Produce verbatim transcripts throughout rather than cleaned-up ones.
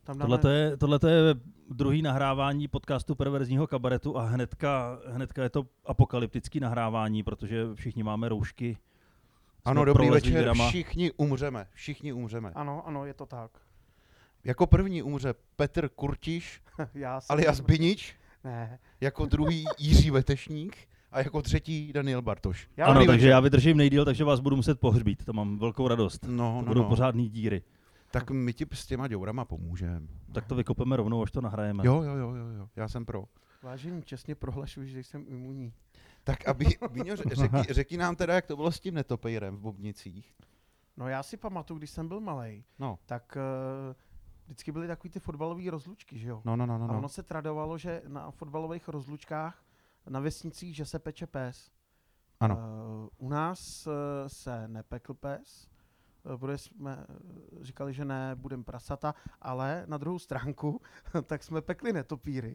Tam dáme... Tohle je, tohleto je druhý nahrávání podcastu Perverzního kabaretu a hnedka, hnedka je to apokalyptický nahrávání, protože všichni máme roušky. Ano, dobrý večer, dvěrama. všichni umřeme, všichni umřeme. Ano, ano, je to tak. Jako první umře Petr Kurtiš, Já alias Binič, Ne. jako druhý Jiří Vetešník a jako třetí Daniel Bartoš. Já Ano, Dobrý takže večer. já vydržím nejdýl, takže vás budu muset pohřbít. To mám velkou radost. No, To no, budou no. pořádný díry. Tak my ti s těma děurama pomůžeme. Tak to vykopeme rovnou, až to nahrajeme. Jo, jo, jo, jo, jo, já jsem pro. Vážení, čestně prohlašuji, že jsem imunní. Tak aby, Bíňo, řekni, řekni nám teda, jak to bylo s tím netopejrem v Bobnicích. No já si pamatuju, když jsem byl malej, No, tak uh, vždycky byly takový ty fotbalové rozlučky, že jo? no, no, no, no. A no. ono se tradovalo, že na fotbalových rozlučkách na vesnicích, že se peče pes. Ano. Uh, u nás uh, se nepekl pes, uh, protože jsme uh, říkali, že ne, budem prasata, ale na druhou stránku, tak jsme pekli netopíry.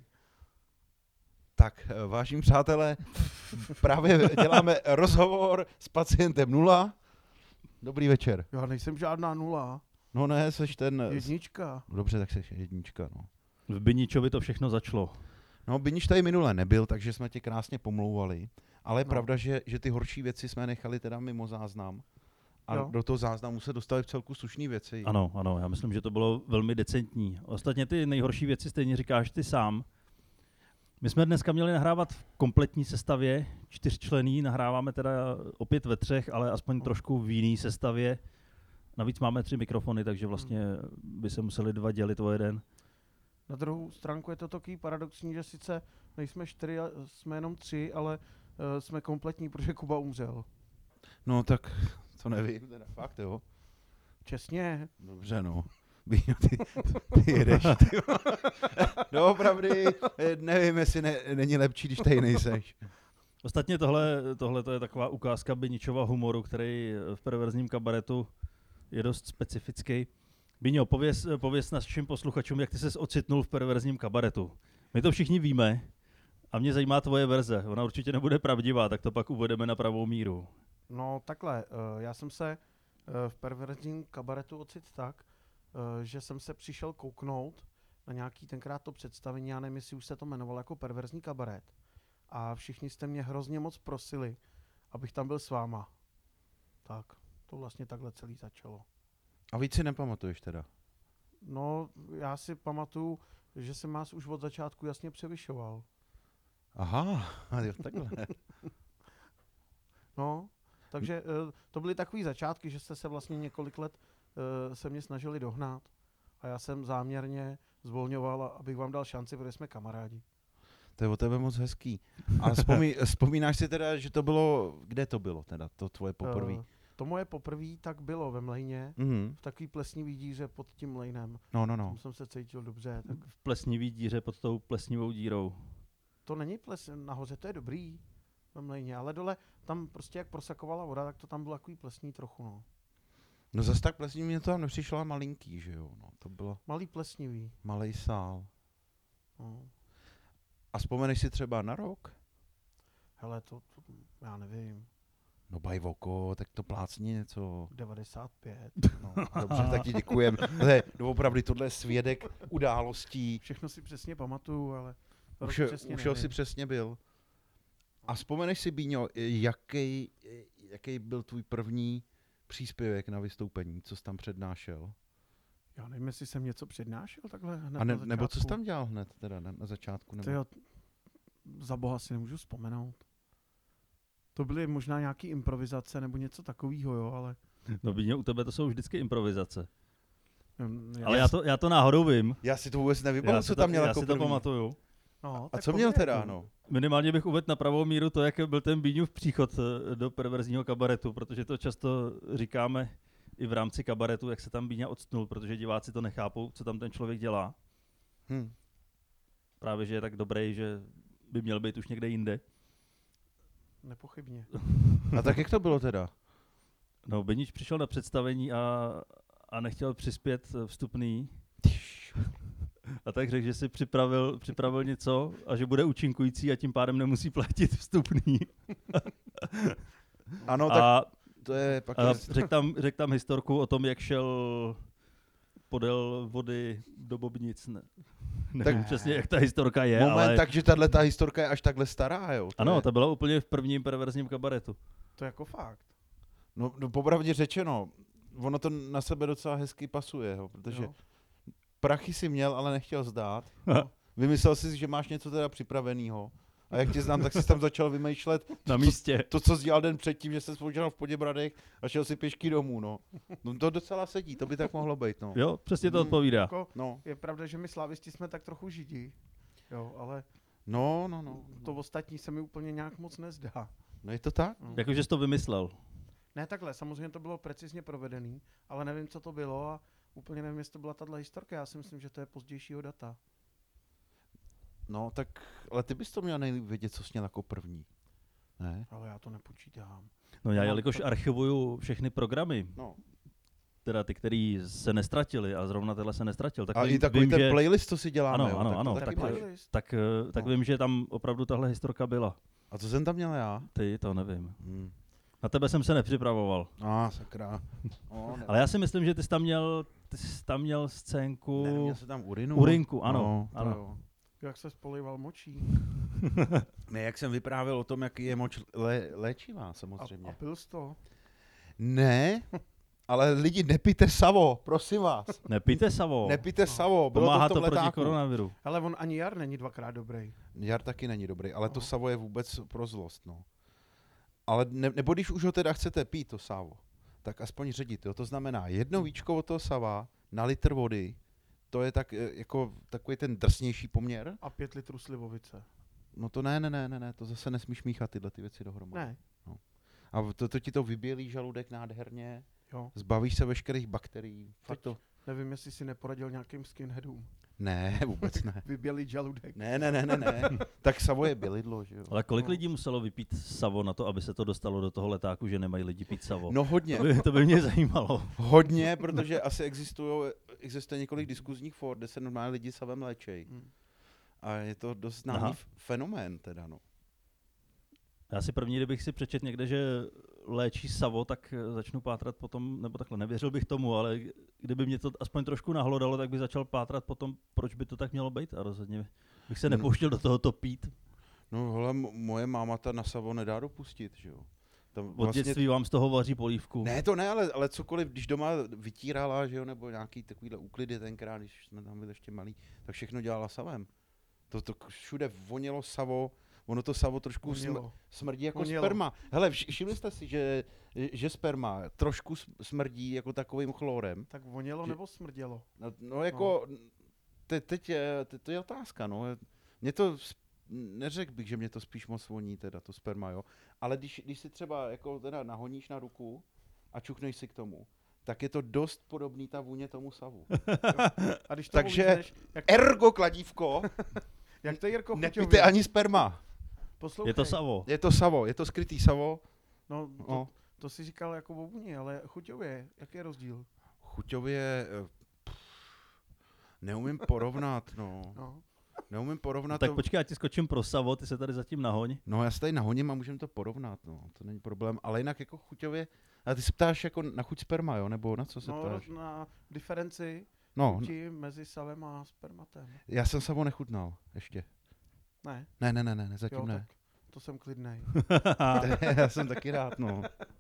Tak, vážení přátelé, právě děláme rozhovor s pacientem nula. Dobrý večer. Já nejsem žádná nula, No ne, seš ten... jednička. Dobře, tak seš jednička, no. V Biničovi to všechno začalo. No, Binič tady minule nebyl, takže jsme tě krásně pomlouvali. Ale je No. pravda, že, že ty horší věci jsme nechali teda mimo záznam. A Jo. do toho záznamu se dostaly v celku slušné věci. Ano, ano, já myslím, že to bylo velmi decentní. Ostatně ty nejhorší věci stejně říkáš ty sám. My jsme dneska měli nahrávat v kompletní sestavě, čtyřčlenný, nahráváme teda opět ve třech, ale aspoň trošku v jiný sestavě. Navíc máme tři mikrofony, takže vlastně by se museli dva dělit o jeden. Na druhou stránku je to takový paradoxní, že sice nejsme čtyři, a jsme jenom tři, ale uh, jsme kompletní, protože Kuba umřel. No tak, to nevím, teda fakt, jo. Čestně. Dobře, no. Bíňo, ty, ty jedeš, ty. Doopravdy, eh, nevím, jestli ne, není lepší, když tady nejseš. Ostatně tohle, tohle to je taková ukázka Biničova humoru, který v Perverzním kabaretu je dost specifický. Biňo, pověz, pověz našim posluchačům, jak ty ses ocitnul v Perverzním kabaretu. My to všichni víme a mě zajímá tvoje verze. Ona určitě nebude pravdivá, tak to pak uvedeme na pravou míru. No takhle, uh, já jsem se uh, v Perverzním kabaretu ocit tak, uh, že jsem se přišel kouknout na nějaký tenkrát to představení, já nevím, jestli už se to jmenovalo jako Perverzní kabaret. A všichni jste mě hrozně moc prosili, abych tam byl s váma. Tak, to vlastně takhle celý začalo. A víc si nepamatuješ teda? No, já si pamatuju, že jsem vás už od začátku jasně převyšoval. Aha, jo, takhle. No, takže uh, to byly takový začátky, že jste se vlastně několik let uh, se mě snažili dohnat. A já jsem záměrně zvolňoval, abych vám dal šanci, protože jsme kamarádi. To je o tebe moc hezký. A vzpomí, vzpomínáš si teda, že to bylo, kde to bylo teda, to tvoje poprvé? Uh, to moje poprvé tak bylo ve Mlejně, Mhm. v takový plesnivý díře pod tím Mlejnem. No, no, no. Tam jsem se cítil dobře. Tak V plesnivý díře pod tou plesnivou dírou. to není ples nahoře, to je dobrý ve Mlejně, ale dole tam prostě jak prosakovala voda, tak to tam bylo takový plesní trochu, no. No zase tak plesní mě to tam nepřišlo malinký, že jo, no, to bylo Malý plesnivý. malej sál. No. A vzpomeneš si třeba na rok? Hele, to, to já nevím, No baj voko, tak to plácni něco. devadesát pět. No, dobře, tak ti děkujem. Tohle, opravdu tohle je svědek událostí. Všechno si přesně pamatuju, ale rok Už, je- přesně už jo, si nevím. přesně byl. A vzpomeneš si, Bíňo, jaký, jaký byl tvůj první příspěvek na vystoupení, co jsi tam přednášel? Já nevím, jestli jsem něco přednášel takhle hned A ne, na nebo co jsi začátku. tam dělal hned teda na, na začátku? Nebo? Tyjo, za boha si nemůžu vzpomenout. To byly možná nějaký improvizace nebo něco takového, jo, ale... No Biňo, u tebe to jsou vždycky improvizace. hm, Ale já to, já to náhodou vím. Já si to vůbec nevybavuji, Já co si tam to, měl já jako si to první. pamatuju. No, A tak co měl pověď, teda, no. no? Minimálně bych uvedl na pravou míru to, jak byl ten Bíňův příchod eh, do Perverzního kabaretu, protože to často říkáme i v rámci kabaretu, jak se tam Bíňa odstnul, protože diváci to nechápou, co tam ten člověk dělá. Hm. Právě, že je tak dobrý, že by měl být už někde jinde. Nepochybně. A tak jak to bylo teda? No, Binič přišel na představení a, a nechtěl přispět eh, vstupný. A tak řekl, že si připravil, připravil něco a že bude účinkující a tím pádem nemusí platit vstupný. Ano, tak A, to je pak... a řekl tam, řek tam historku o tom, jak šel podél vody do Bobnic. Ne. Nevím Tak- přesně, jak ta historka je, Moment, ale... takže tahle ta historka je až takhle stará, jo? To Ano, je, to bylo úplně v prvním perverzním kabaretu. To je jako fakt. no, no popravdě řečeno, ono to na sebe docela hezky pasuje, jo? Protože Jo. prachy si měl, ale nechtěl zdát. No. Vymyslel jsi, že máš něco teda připravenýho. A jak tě znám, tak jsi tam začal vymýšlet Na místě. to, co jsi dělal den předtím, že jsi spočíval v Poděbradech a šel si pěšky domů, no. No to docela sedí, to by tak mohlo být, no. Jo, přesně to Mm. odpovídá. Jako, No, je pravda, že my slávisti jsme tak trochu židí. Jo, ale no, no, no. to ostatní se mi úplně nějak moc nezdá. No je to tak? No. Jakože jsi to vymyslel. Ne takhle, samozřejmě to bylo precizně provedený, ale nevím, co to bylo a úplně nevím, jestli to byla tahle historka. Já si myslím, že to je pozdějšího data. No, tak, ale ty bys to měl nejlíp vědět, co jsi měl jako první. Ne? Ale já to nepočítám. No já, mám jelikož to- archivuju všechny programy, No. teda ty, který se nestratili a zrovna tenhle se nestratil, tak A vím, i takový vím, ten že, playlist, co si děláme, Ano, jo? ano, tak to ano, taky tak- máš. Playlist. tak, eh, tak No. vím, že tam opravdu tahle historka byla. A co jsem tam měl já? Ty, to nevím. Hmm. Na tebe jsem se nepřipravoval. A, ah, sakra. O, ne. Ale já si myslím, že ty jsi tam měl, ty jsi tam měl scénku Ne, měl jsem tam urinu. urinku, ano. No, to ano. jo. Jak se spolival močí. Ne, jak jsem vyprávěl o tom, jaký je moč lé, léčivá, A, samozřejmě. a pil jsi to? Ne, ale lidi, nepijte savo, prosím vás. Nepijte savo. Nepijte savo, bylo Pomáhá to to v tom proti letáku. koronaviru. Ale on ani jar není dvakrát dobrý. Jar taky není dobrý, ale to No. savo je vůbec pro zlost, no. Ale ne, nebo když už ho teda chcete pít, to savo, tak aspoň ředit, jo. To znamená jedno víčko od toho sava na litr vody, to je tak eh, jako takový ten drsnější poměr. A pět litrů slivovice. No to ne, ne, ne, ne, ne, to zase nesmíš míchat tyhle ty věci dohromady. Ne, A to, to ti to vybělí žaludek nádherně, jo. zbavíš se veškerých bakterií. Fakt to... Nevím, jestli si neporadil nějakým skinheadům. Ne, vůbec ne. Vybělý žaludek. Ne, ne, ne, ne, ne. Tak savo je bělidlo, že jo. Ale kolik No. lidí muselo vypít savo na to, aby se to dostalo do toho letáku, že nemají lidi pít savo? No hodně, To by, to by mě zajímalo. hodně, protože asi existují, existuje několik diskuzních for, kde se normálně lidi savem léčej. Hmm. A je to dost známý Aha. f- fenomén teda, no. Já si první, kdybych si přečet někde, že léčí savo, tak eh, začnu pátrat potom, nebo takhle, nevěřil bych tomu, ale kdyby mě to aspoň trošku nahlodalo, tak bych začal pátrat potom, proč by to tak mělo být a rozhodně bych se No. nepouštěl do toho to pít. No hele, m- moje máma ta na savo nedá dopustit, že jo. Tam Od dětství vám z toho vaří polívku. Ne, to ne, ale, ale cokoliv, když doma vytírala, že jo, nebo nějaký takovýhle úklidy tenkrát, když jsme tam byli ještě malí, tak všechno dělala savem. To, to k- všude vonělo savo, ono to savo trošku smr- Vonělo. smrdí jako Vonělo. sperma. Hele, vš- všimli jste si, že, že sperma trošku sm- smrdí jako takovým chlorem? Tak vonělo Že- nebo smrdělo? No, no jako, te, teď je, te, to je otázka, no. Mě to, s- neřekl bych, že mě to spíš moc voní, teda to sperma, jo. Ale když, když si třeba jako teda nahoníš na ruku a čuchneš si k tomu, tak je to dost podobný ta vůně tomu savu. A když to Takže- olízneš, jak, Ergo, kladívko, jak to Jirko nepijte chuťově? ani sperma. Poslouchej. Je to savo. Je to savo, je to skrytý savo. No, to, No. to si říkal jako o vůni, ale chuťově, jaký je rozdíl? Chuťově, eh, pff, neumím porovnat, no. No. Neumím porovnat Tak to. počkej, já ti skočím pro savo, ty se tady zatím nahoň. No já se tady nahoním a můžeme to porovnat, no. To není problém. Ale jinak jako chuťově, a ty se ptáš jako na chuť sperma, jo? Nebo na co se No, ptáš? na diferenci No, chuti mezi savem a spermatem. já jsem savo nechutnal, ještě. Ne, Ne, ne, ne, ne, ne zatím jo, ne. tak to jsem klidnej. Já jsem taky rád, no.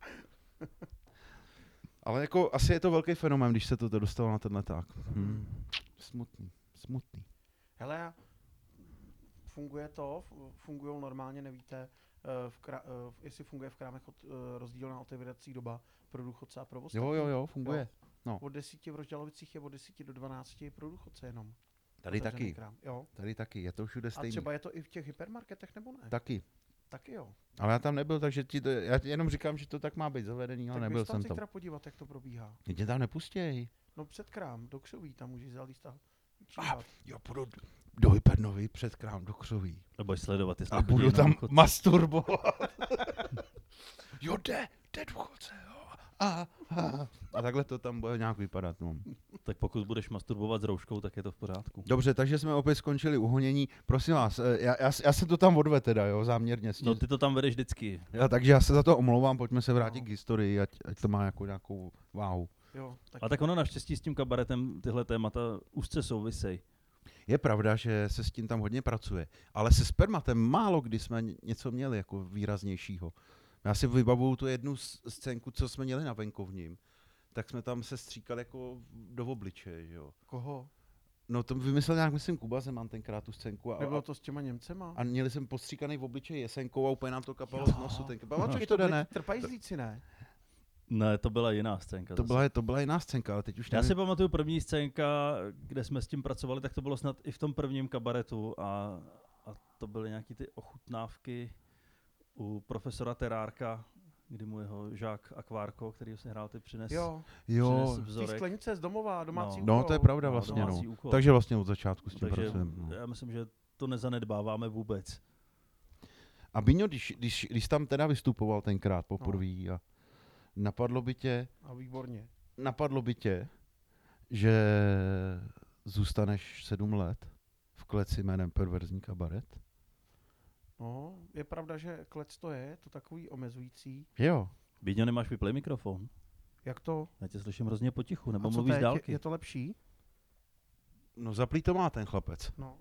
Ale jako asi je to velký fenomén, když se to dostalo na ten leták. Hmm. Smutný, smutný. Hele, já- funguje to, fungují normálně, nevíte, eh, v krá, eh, v- jestli funguje v krámech od, eh, rozdílná otevírací doba pro důchodce a pro ostatní. Jo, jo, jo, funguje. Od desíti v Rozdělovicích je od desíti do dvanácti pro důchodce jenom. Tady Otevřený taky, Krám. Jo. tady taky, je to všude A stejný. třeba je to i v těch hypermarketech, nebo ne? Taky. Taky jo. Ale já tam nebyl, takže ti to, já jenom říkám, že to tak má být zavedený, ale tak nebyl běž tam jsem tam. zítra podívat, jak to probíhá. Mě tam nepustěj. No před krám, do Křoví, tam můžeš zalíst a Ah, vyčíhat. jo, půjdu do Hypernovy před krám do Křoví. Nebo sledovat, jestli A budu chodí na tam důchod. masturbovat. Jo, jde, jde důchodce, jo. A, a, a takhle to tam bude nějak vypadat. No. Tak pokud budeš masturbovat s rouškou, tak je to v pořádku. Dobře, takže jsme opět skončili uhonění. Prosím vás, eh, já, já, já se to tam odve teda, jo, záměrně. S tím. No ty to tam vedeš vždycky. Já, takže já se za to omlouvám, pojďme se vrátit No. k historii, ať, ať to má jako nějakou váhu. Jo, tak A tak ono naštěstí s tím kabaretem tyhle témata úzce souvisej. Je pravda, že se s tím tam hodně pracuje, ale se spermatem málo kdy jsme ně- něco měli jako výraznějšího. Já si vybavuju tu jednu s- scénku, co jsme měli na venkovním, tak jsme tam se stříkali jako do obličeje, že jo. koho? No to vymyslel nějak, myslím, Kuba Zeman tenkrát tu scénku a, Nebylo a, to s těma Němcema? a měli jsem postříkaný v obličeji jesenkou a úplně nám to kapalo Jo. z nosu. Ten Je Pamatoš to to, ne? byli trpajzlíci, ne? Ne, to byla jiná scénka. To zase. byla, to byla jiná scénka, ale teď už Já nevím. si pamatuju první scénka, kde jsme s tím pracovali, tak to bylo snad i v tom prvním kabaretu a, a to byly nějaký ty ochutnávky u profesora Terárka, kdy mu jeho žák Akvárko, který si hrál, ty přines, Jo, Jo, přines ty vzorek. sklenice z domova, domácí No. úkol. no to je pravda No, vlastně, domácí no. úkol. Takže vlastně od začátku s tím Takže pracujeme. No. já myslím, že to nezanedbáváme vůbec. A Bíňo, když, když, když tam teda vystupoval tenkrát No. poprvé a napadlo by tě, A výborně. napadlo by tě, že zůstaneš sedm let v kleci jménem Perverzní kabaret? No, je pravda, že klec to je, je to takový omezující. Jo. Bíďo, nemáš vyplej mikrofon? Jak to? Já tě slyším hrozně potichu, nebo A co mluvíš z teď? dálky? Je, je to lepší? No zaplý to má ten chlapec. No.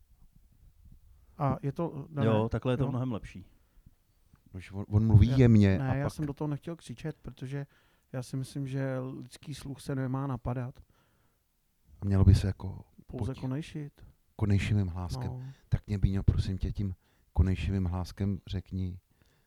A je to... Dané? Jo, takhle je to Jo. mnohem lepší. Už On, on mluví Já- jemně Ne, a já pak... jsem do toho nechtěl křičet, protože já si myslím, že lidský sluch se nemá napadat. A mělo by se jako Pouze Pojď. konejšit. konejšivým hláskem. No. Tak mě, Bíňo, prosím tě, tím konejšivým hláskem řekni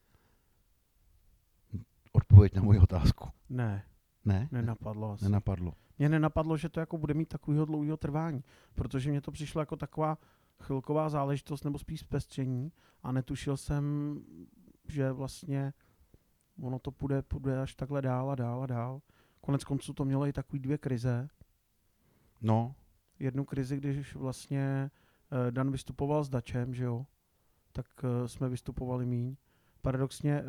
odpověď na moji otázku. Ne, Ne? nenapadlo asi. Nenapadlo. Mně nenapadlo, že to jako bude mít takového dlouhého trvání, protože mně to přišlo jako taková chvilková záležitost nebo spíš zpestření a netušil jsem, že vlastně ono to půjde, půjde až takhle dál a dál a dál. Konec konců to mělo i takový dvě krize. No, Jednu krizi, když vlastně eh, Dan vystupoval s Dačem, že jo, tak eh, jsme vystupovali míň. Paradoxně eh,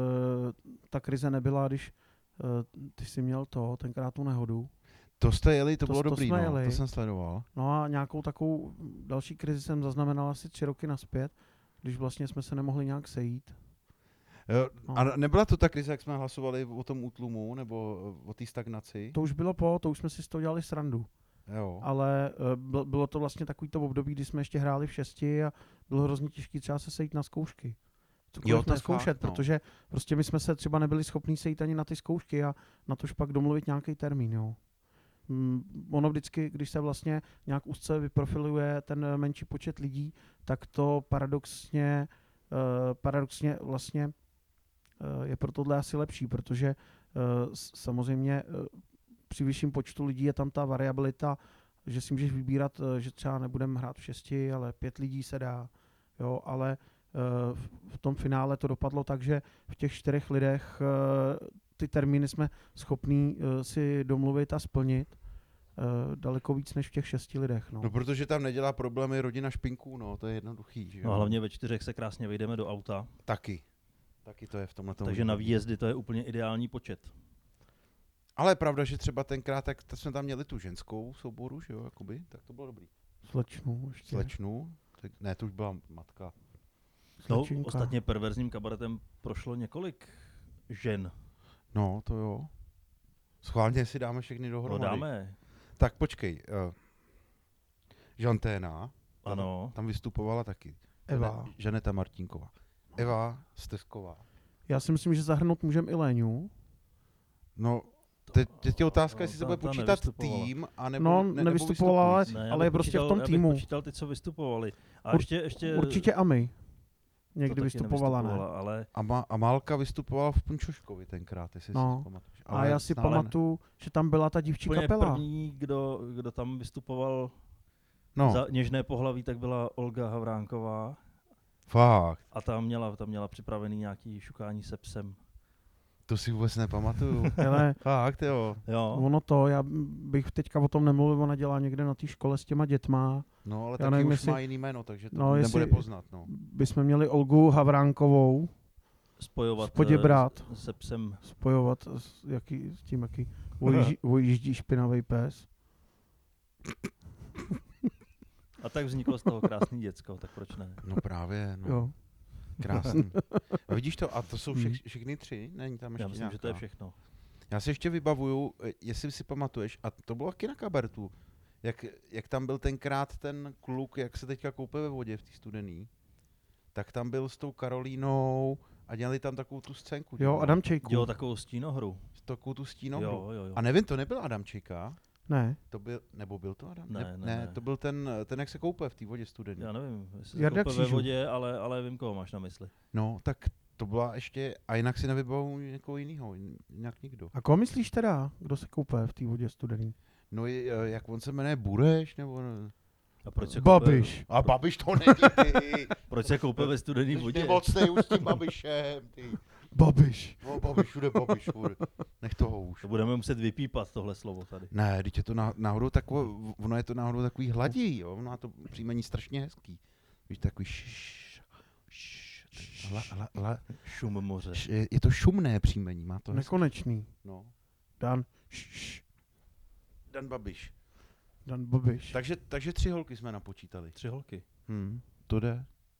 ta krize nebyla, když eh, ty jsi měl to, tenkrát tu nehodu. to jste jeli, to, To- bylo to dobrý, jsme no, jeli. to jsem sledoval. No a nějakou takovou další krizi jsem zaznamenal asi tři roky naspět, když vlastně jsme se nemohli nějak sejít. Jo, No. a nebyla to ta krize, jak jsme hlasovali o tom útlumu, nebo o té stagnaci? To už bylo po, to už jsme si z toho dělali srandu. Jo. Ale eh, byl- bylo to vlastně takový to období, kdy jsme ještě hráli v šesti a bylo hrozně těžké třeba se sejít na zkoušky. Cokoliv Jo, to je neskoušet, fakt, no. protože prostě my jsme se třeba nebyli schopni sejít ani na ty zkoušky a na tož pak domluvit nějaký termín. Jo. Mm, ono vždycky, když se vlastně nějak úzce vyprofiluje ten eh, menší počet lidí, tak to paradoxně, eh, paradoxně vlastně eh, je pro tohle asi lepší, protože eh, s- samozřejmě eh, při vyšším počtu lidí je tam ta variabilita, že si můžeš vybírat, eh, že třeba nebudeme hrát v šesti, ale pět lidí se dá, jo, ale eh, v- v tom finále to dopadlo tak, že v těch čtyřech lidech eh, ty termíny jsme schopní eh, si domluvit a splnit eh, daleko víc než v těch šesti lidech, no. No, protože tam nedělá problémy rodina špinků, no, to je jednoduchý, že jo. No a hlavně ve čtyřech se krásně vejdeme do auta, Taky. Taky to je v tomhle tom. takže na výjezdy to je úplně ideální počet. Ale je pravda, že třeba tenkrát, tak t- jsme tam měli tu ženskou souboru, že jo, jakoby, tak to bylo dobrý. Slečnu ještě. Slečnu, tak, ne, to už byla matka. No, Slečinka. ostatně perverzním kabaretem prošlo několik žen. No, to jo. Schválně si dáme všechny No dohromady. dáme, Tak počkej, uh, Žanténa, ano. tam vystupovala taky. Eva. Žane- Žaneta Martinková. Eva Stesková. Já si myslím, že zahrnout můžeme i Léňu. No, teď, teď je otázka, jestli se Ta- bude ta počítat nevystupovala. tým, anebo No, ne, nebo nevystupovala, ale- vystupující. Ne, já ale bych je prostě v tom počítal- já bych týmu. počítal ty, co vystupovali. A Ur- ještě, ještě Určitě Ami. to Někdy taky vystupovala, ne? nevystupovala, ale A, Ma- a Málka vystupovala v Punčoškovi tenkrát, jestli No. si pamatuješ. A já si pamatuju, že tam byla ta dívčí úplně kapela. první, kdo, kdo tam vystupoval No, za něžné pohlaví, tak byla Olga Havránková. fakt, A tam měla, tam měla připravený nějaký šukání se psem. to si vůbec nepamatuju. Ale Fakt, jo. Jo, ono to, já bych teďka o tom nemluvil, ona dělá někde na té škole s těma dětma. No, ale Já taky nevím, už jestli- má jiný jméno, takže to No, nebude jestli- poznat, no. Bychom měli Olgu Havránkovou spojovat s Poděbrát. eh, se psem. spojovat s, jaký, s tím, jaký vojíždí, vojíždí špinavý pes. A tak vzniklo z toho krásný děcko, tak proč ne? No právě, no. Jo. Krásný. A vidíš to, a to jsou všech, Hmm. všechny tři? Není tam ještě Já myslím, že to je nějaká? všechno. Já si ještě vybavuju, eh, jestli si pamatuješ, a to bylo taky na kabaretu, jak, jak tam byl tenkrát ten kluk, jak se teďka koupe ve vodě v té studený, tak tam byl s tou Karolínou a dělali tam takovou tu scénku. Jo, Adamčejku. Dělal takovou stínohru. Takovou tu stínovou. Jo, jo, jo. A nevím, to nebyl Adamčejka, Ne. to byl, nebo byl to Adam? Ne, ne, ne, ne. to byl ten, ten, jak se koupe v té vodě studený. Já nevím, jestli Jarda se koupe ve Křížů. vodě, ale, ale vím, koho máš na mysli. No, tak to byla ještě, a jinak si nevybavuju někoho jiného, jinak nikdo. A koho myslíš teda, kdo se koupe v té vodě studený? No, je, jak on se jmenuje, Bureš, nebo... A proč se Babiš. A Babiš to není, ty. Proč se koupe ve studený vodě? Ty mocnej už s tím Babišem, ty. Babiš. No, Babiš, všude Babiš, všude. Nech toho už. To budeme muset vypípat tohle slovo tady. Ne, teď je to ná- náhodou takové, ono je to náhodou takový hladí, jo, ono má to příjmení strašně hezký. Víš, takový šš, šš, hla, hla, hla, Šum moře. š, je, je to šumné příjmení, má to hezký. Nekonečný. No. Dan. Šš. Dan Babiš. Dan Babiš. Takže, takže tři holky jsme napočítali. Tři holky. Hmm, to jde.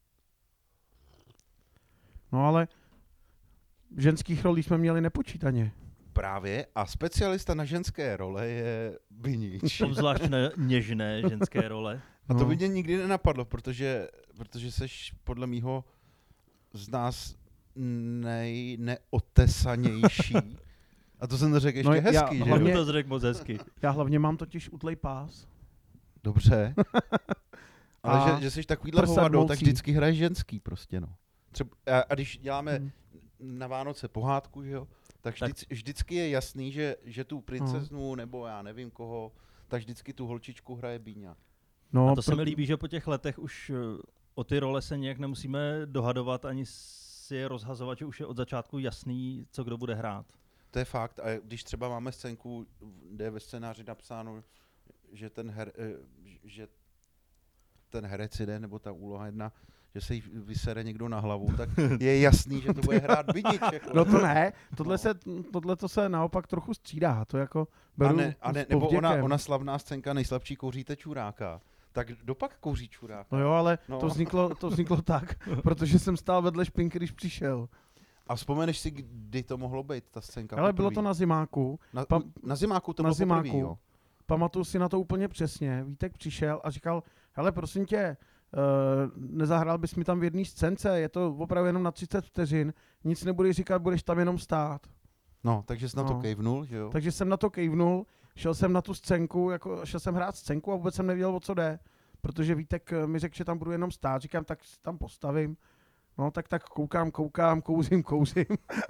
No ale v ženských rolích jsme měli nepočítaně. Právě, a specialista na ženské role je Binič. Obzvlášť na něžné ženské role. A to No. by mě nikdy nenapadlo, protože, protože seš podle mýho z nás nej, neotesanější. A to jsem to řekl ještě No, já- hezky, že hlavně- jo? To řekl moc hezky. Já hlavně mám totiž utlej pás. Dobře. Ale A že, že jsi takovýhle prsa hovado, tak dvoucí. vždycky hraješ ženský prostě, no. Třeba, a, a když děláme Hmm. na Vánoce pohádku, že jo, tak, Tak- vždycky, vždycky je jasný, že, že tu princeznu, nebo já nevím koho, tak vždycky tu holčičku hraje Bíňa. No, A to se pro- mi líbí, že po těch letech už eh, o ty role se nějak nemusíme dohadovat, ani si je rozhazovat, že už je od začátku jasný, co kdo bude hrát. To je fakt. A když třeba máme scénku, kde je ve scénáři napsáno, že ten, her, eh, že ten herec jde, nebo ta úloha jedna, že se jí vysere někdo na hlavu, tak je jasný, že to bude hrát Binič. Jako. No to ne, tohle, No. se, tohle to se naopak trochu střídá, to jako A beru ne, a ne, s nebo ona, povděkem. ona slavná scénka nejslabší kouříte čuráka. Tak dopak kouří čuráka. No jo, ale No. to, vzniklo, to vzniklo tak, protože jsem stál vedle Špinky, když přišel. A vzpomeneš si, kdy to mohlo být, ta scénka? Ale bylo poprvý? to na zimáku, Na, pam- na zimáku to na bylo zimáku. poprvý, jo. Pamatuju si na to úplně přesně. Vítek přišel a říkal, hele prosím tě, uh, nezahrál bys mi tam v jedné scénce, je to opravdu jenom na třicet vteřin, nic nebudeš říkat, budeš tam jenom stát. No, takže jsi na to No. kejvnul, že jo? Takže jsem na to kejvnul, šel jsem na tu scénku, jako, šel jsem hrát scénku a vůbec jsem nevěděl, o co jde. Protože Vítek eh, mi řekl, že tam budu jenom stát, říkám, tak se tam postavím. No tak tak koukám, koukám, kouzím, kouzím.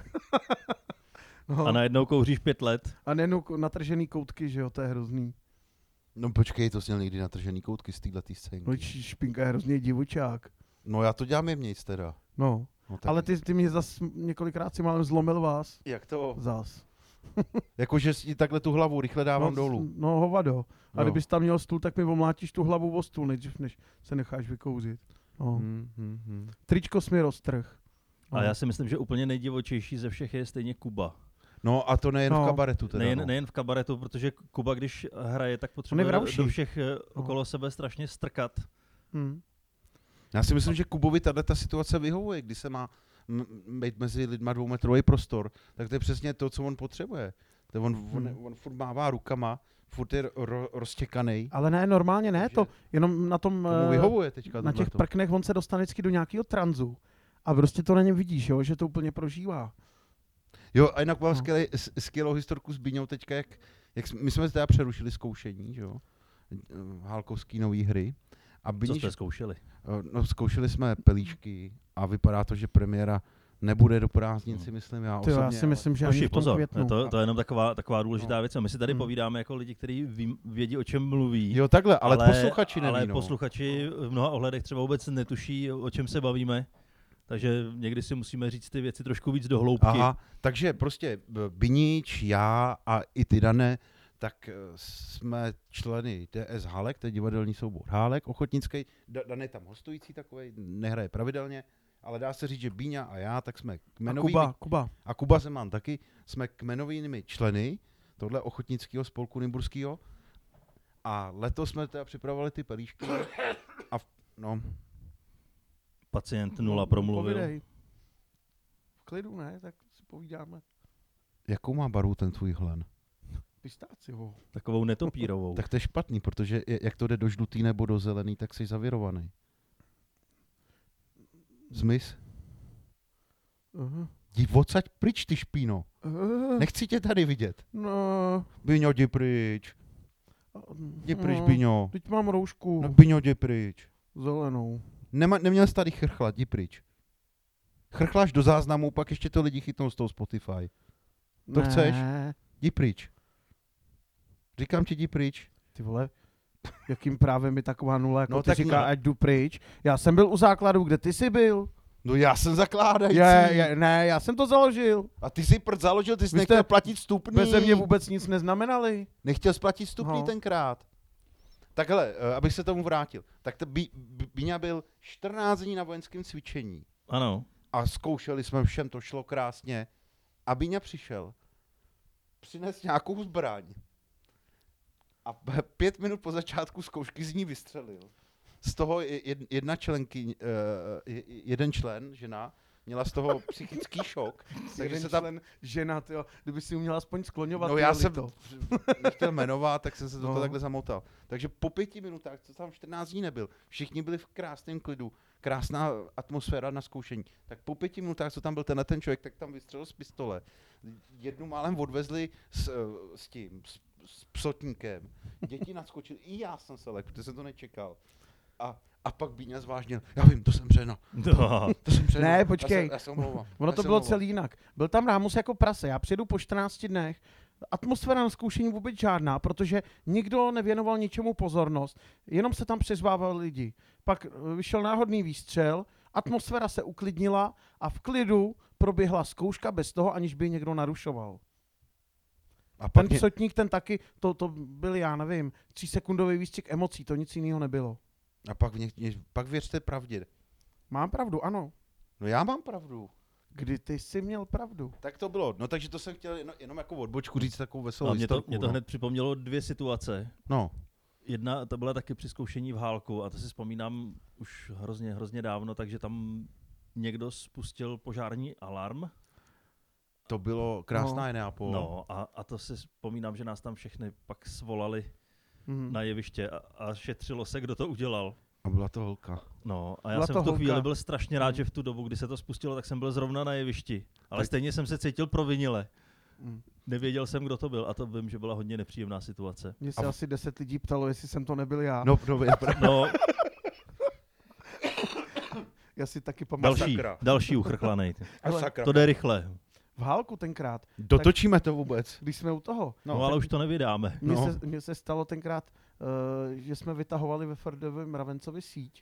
no, A najednou kouříš pět let. a nenu natržený koutky, že jo, to je hrozný. No počkej, to jsi měl někdy natržený koutky z této scénky. No č- Špinka je hrozný divočák. No já to dělám jemnějc teda. No, No, tak ale ty, ty mě zas několikrát si málem zlomil vás. Jak to? Zas. Jakože si takhle tu hlavu rychle dávám no, dolů. No hovado. A Jo. kdybys tam měl stůl, tak mi omlátíš tu hlavu o stůl, než, než se necháš vykouzit. No. Hmm, hmm, hmm. Tričko smi roztrh. A já si myslím, že úplně nejdivočejší ze všech je stejně Kuba. No a to nejen No. v kabaretu teda. Nejen, no. nejen v kabaretu, protože Kuba, když hraje, tak potřebuje vravší. do všech eh, No. okolo sebe strašně strkat. Hm. Já si myslím, že Kubovi tato situace vyhovuje, kdy se má m- být mezi lidma dvoumetrový prostor, tak to je přesně to, co on potřebuje. To on, on, Hmm. on furt mává rukama, furt je ro, roztěkanej. Ale ne, normálně ne, Takže to jenom na tom, Tomu eh, vyhovuje teďka na těch tohleto. prknech on se dostane vždycky do nějakého tranzu. A prostě to na něm vidíš, jo, že to úplně prožívá. Jo, a jinak mám No. skvělý, s- skvělou historku s Bíňou teďka, jak, jak jsme, my jsme teda přerušili zkoušení, že jo, Hálkovský nový hry. A Co Bíniš, jste zkoušeli? no, zkoušeli jsme pelíšky a vypadá to, že premiéra nebude do prázdnin, si myslím já Ty, osobně. já si myslím, že ani Hoši, v tom pozor, květnu. to, to je jenom taková, taková důležitá No. věc. My si tady Hmm. povídáme jako lidi, kteří ví, vědí, o čem mluví. Jo, takhle, ale, ale posluchači neví, Ale no. posluchači v mnoha ohledech třeba vůbec netuší, o čem se bavíme. Takže někdy si musíme říct ty věci trošku víc do hloubky. Aha, takže prostě b- Binič, já a i ty, Dané, tak eh, jsme členy D S Hálek, to je divadelní soubor Hálek, ochotnický. Da- Dan je tam hostující takovej, nehraje pravidelně, ale dá se říct, že Bíňa a já, tak jsme A kmenovými, Kuba, Kuba. a Kuba Zeman taky, jsme kmenovými členy tohle ochotnického spolku nymburského. A letos jsme teda připravovali ty pelíšky a v, no, Pacient nula promluvil. Povídej. V klidu, ne, tak si povídáme. Jakou má barvu ten tvůj hlen? Pistáciovou. Takovou netopírovou. Tak to je špatný, protože je- jak to jde do žlutý nebo do zelený, tak jsi zavěrovaný. Zmiz? Uh-huh. Jdi odsaď pryč, ty špíno. Uh, Nechci tě tady vidět. no. Byňo, jdi pryč. Jdi pryč, no, Byňo. Teď mám roušku No, Byňo, jdi pryč. zelenou. Nema, neměl jsi tady chrchlat, jdi pryč. Chrchláš do záznamu, pak ještě to lidi chytnou z toho Spotify. To ne. chceš? Jdi pryč. Říkám ti, jdi pryč. Ty vole, jakým právem mi taková nula, jako No no, ty tak říká, ne. ať jdu pryč. Já jsem byl u základu, kde ty jsi byl. No já jsem zakládající. Je, je, ne, já jsem to založil. A ty si prd založil, ty jsi Vy jste nechtěl platit vstupný. Beze mě vůbec nic neznamenali. Nechtěl splatit vstupný No. tenkrát. Tak hele, eh, abych se tomu vrátil. Tak to Bí- Bí- Bíňa byl čtrnáct dní na vojenském cvičení. Ano. A zkoušeli jsme všem, to šlo krásně. A Bíňa přišel, přines nějakou zbraň. A p- pět minut po začátku zkoušky z ní vystřelil. Z toho je- jed- jedna členky, eh, je- jeden člen, žena, měla z toho psychický šok. Takže Jeden se tam člen žena, tyjo, kdyby si uměla aspoň skloňovat. No ty já lidi jsem to. nechtěl jmenovat, tak jsem se do toho No. takhle zamotal. Takže po pěti minutách, co tam čtrnáct dní nebyl, všichni byli v krásném klidu, krásná atmosféra na zkoušení. Tak po pěti minutách, co tam byl tenhle ten člověk, tak tam vystřelil z pistole. Jednu málem odvezli s, eh, s tím, s, s psotníkem. Děti nadskočili, i já jsem se lek, protože jsem to nečekal. A, a pak Bíňa zvážnil, já vím, to jsem žena, No. to jsem žena. Ne, Já počkej. se, já se omlouvám. Ono Já to se bylo omlouvám. celý jinak. Byl tam Rámus jako prase. Já přijedu po čtrnácti dnech. Atmosféra na zkoušení vůbec žádná, protože nikdo nevěnoval ničemu pozornost, jenom se tam přizvávali lidi. Pak eh, vyšel náhodný výstřel, atmosféra se uklidnila a v klidu proběhla zkouška bez toho, aniž by někdo narušoval. A pak Ten mě, psotník, ten taky, to, to byl, já nevím, třísekundový výstřik emocí, to nic jiného nebylo. a pak, mě, mě, pak věřte pravdě. Mám pravdu, ano. No já mám pravdu. Kdy ty jsi měl pravdu? Tak to bylo. No takže to jsem chtěl jenom, jenom jako odbočku říct takovou veselou A mě to, historku, mě to no. hned připomnělo dvě situace. No, Jedna, to byla taky při zkoušení v Hálku a to si vzpomínám už hrozně, hrozně dávno, takže tam někdo spustil požární alarm. to bylo krásná No. Eneapol. No a, a to si vzpomínám, že nás tam všechny pak svolali Mhm. na jeviště a, a šetřilo se, kdo to udělal. A byla to holka. No a já Byla jsem to v tu holka. chvíli byl strašně rád, že v tu dobu, kdy se to spustilo, tak jsem byl zrovna na jevišti. Ale Tak- stejně jsem se cítil provinile. Mhm. Nevěděl jsem, kdo to byl a to vím, že byla hodně nepříjemná situace. Mně se A- asi deset lidí ptalo, jestli jsem to nebyl já. No, no, je pravda. No, Já si taky pamatuju. další, sakra. další uchrchlanej. A Hele, sakra. To jde rychle. V Hálku tenkrát, Dotočíme to vůbec. když jsme u toho, No, No, no ale tak- už to nevydáme. mně No. se, mně se stalo tenkrát, uh, že jsme vytahovali ve Ferdovém Mravencovi síť.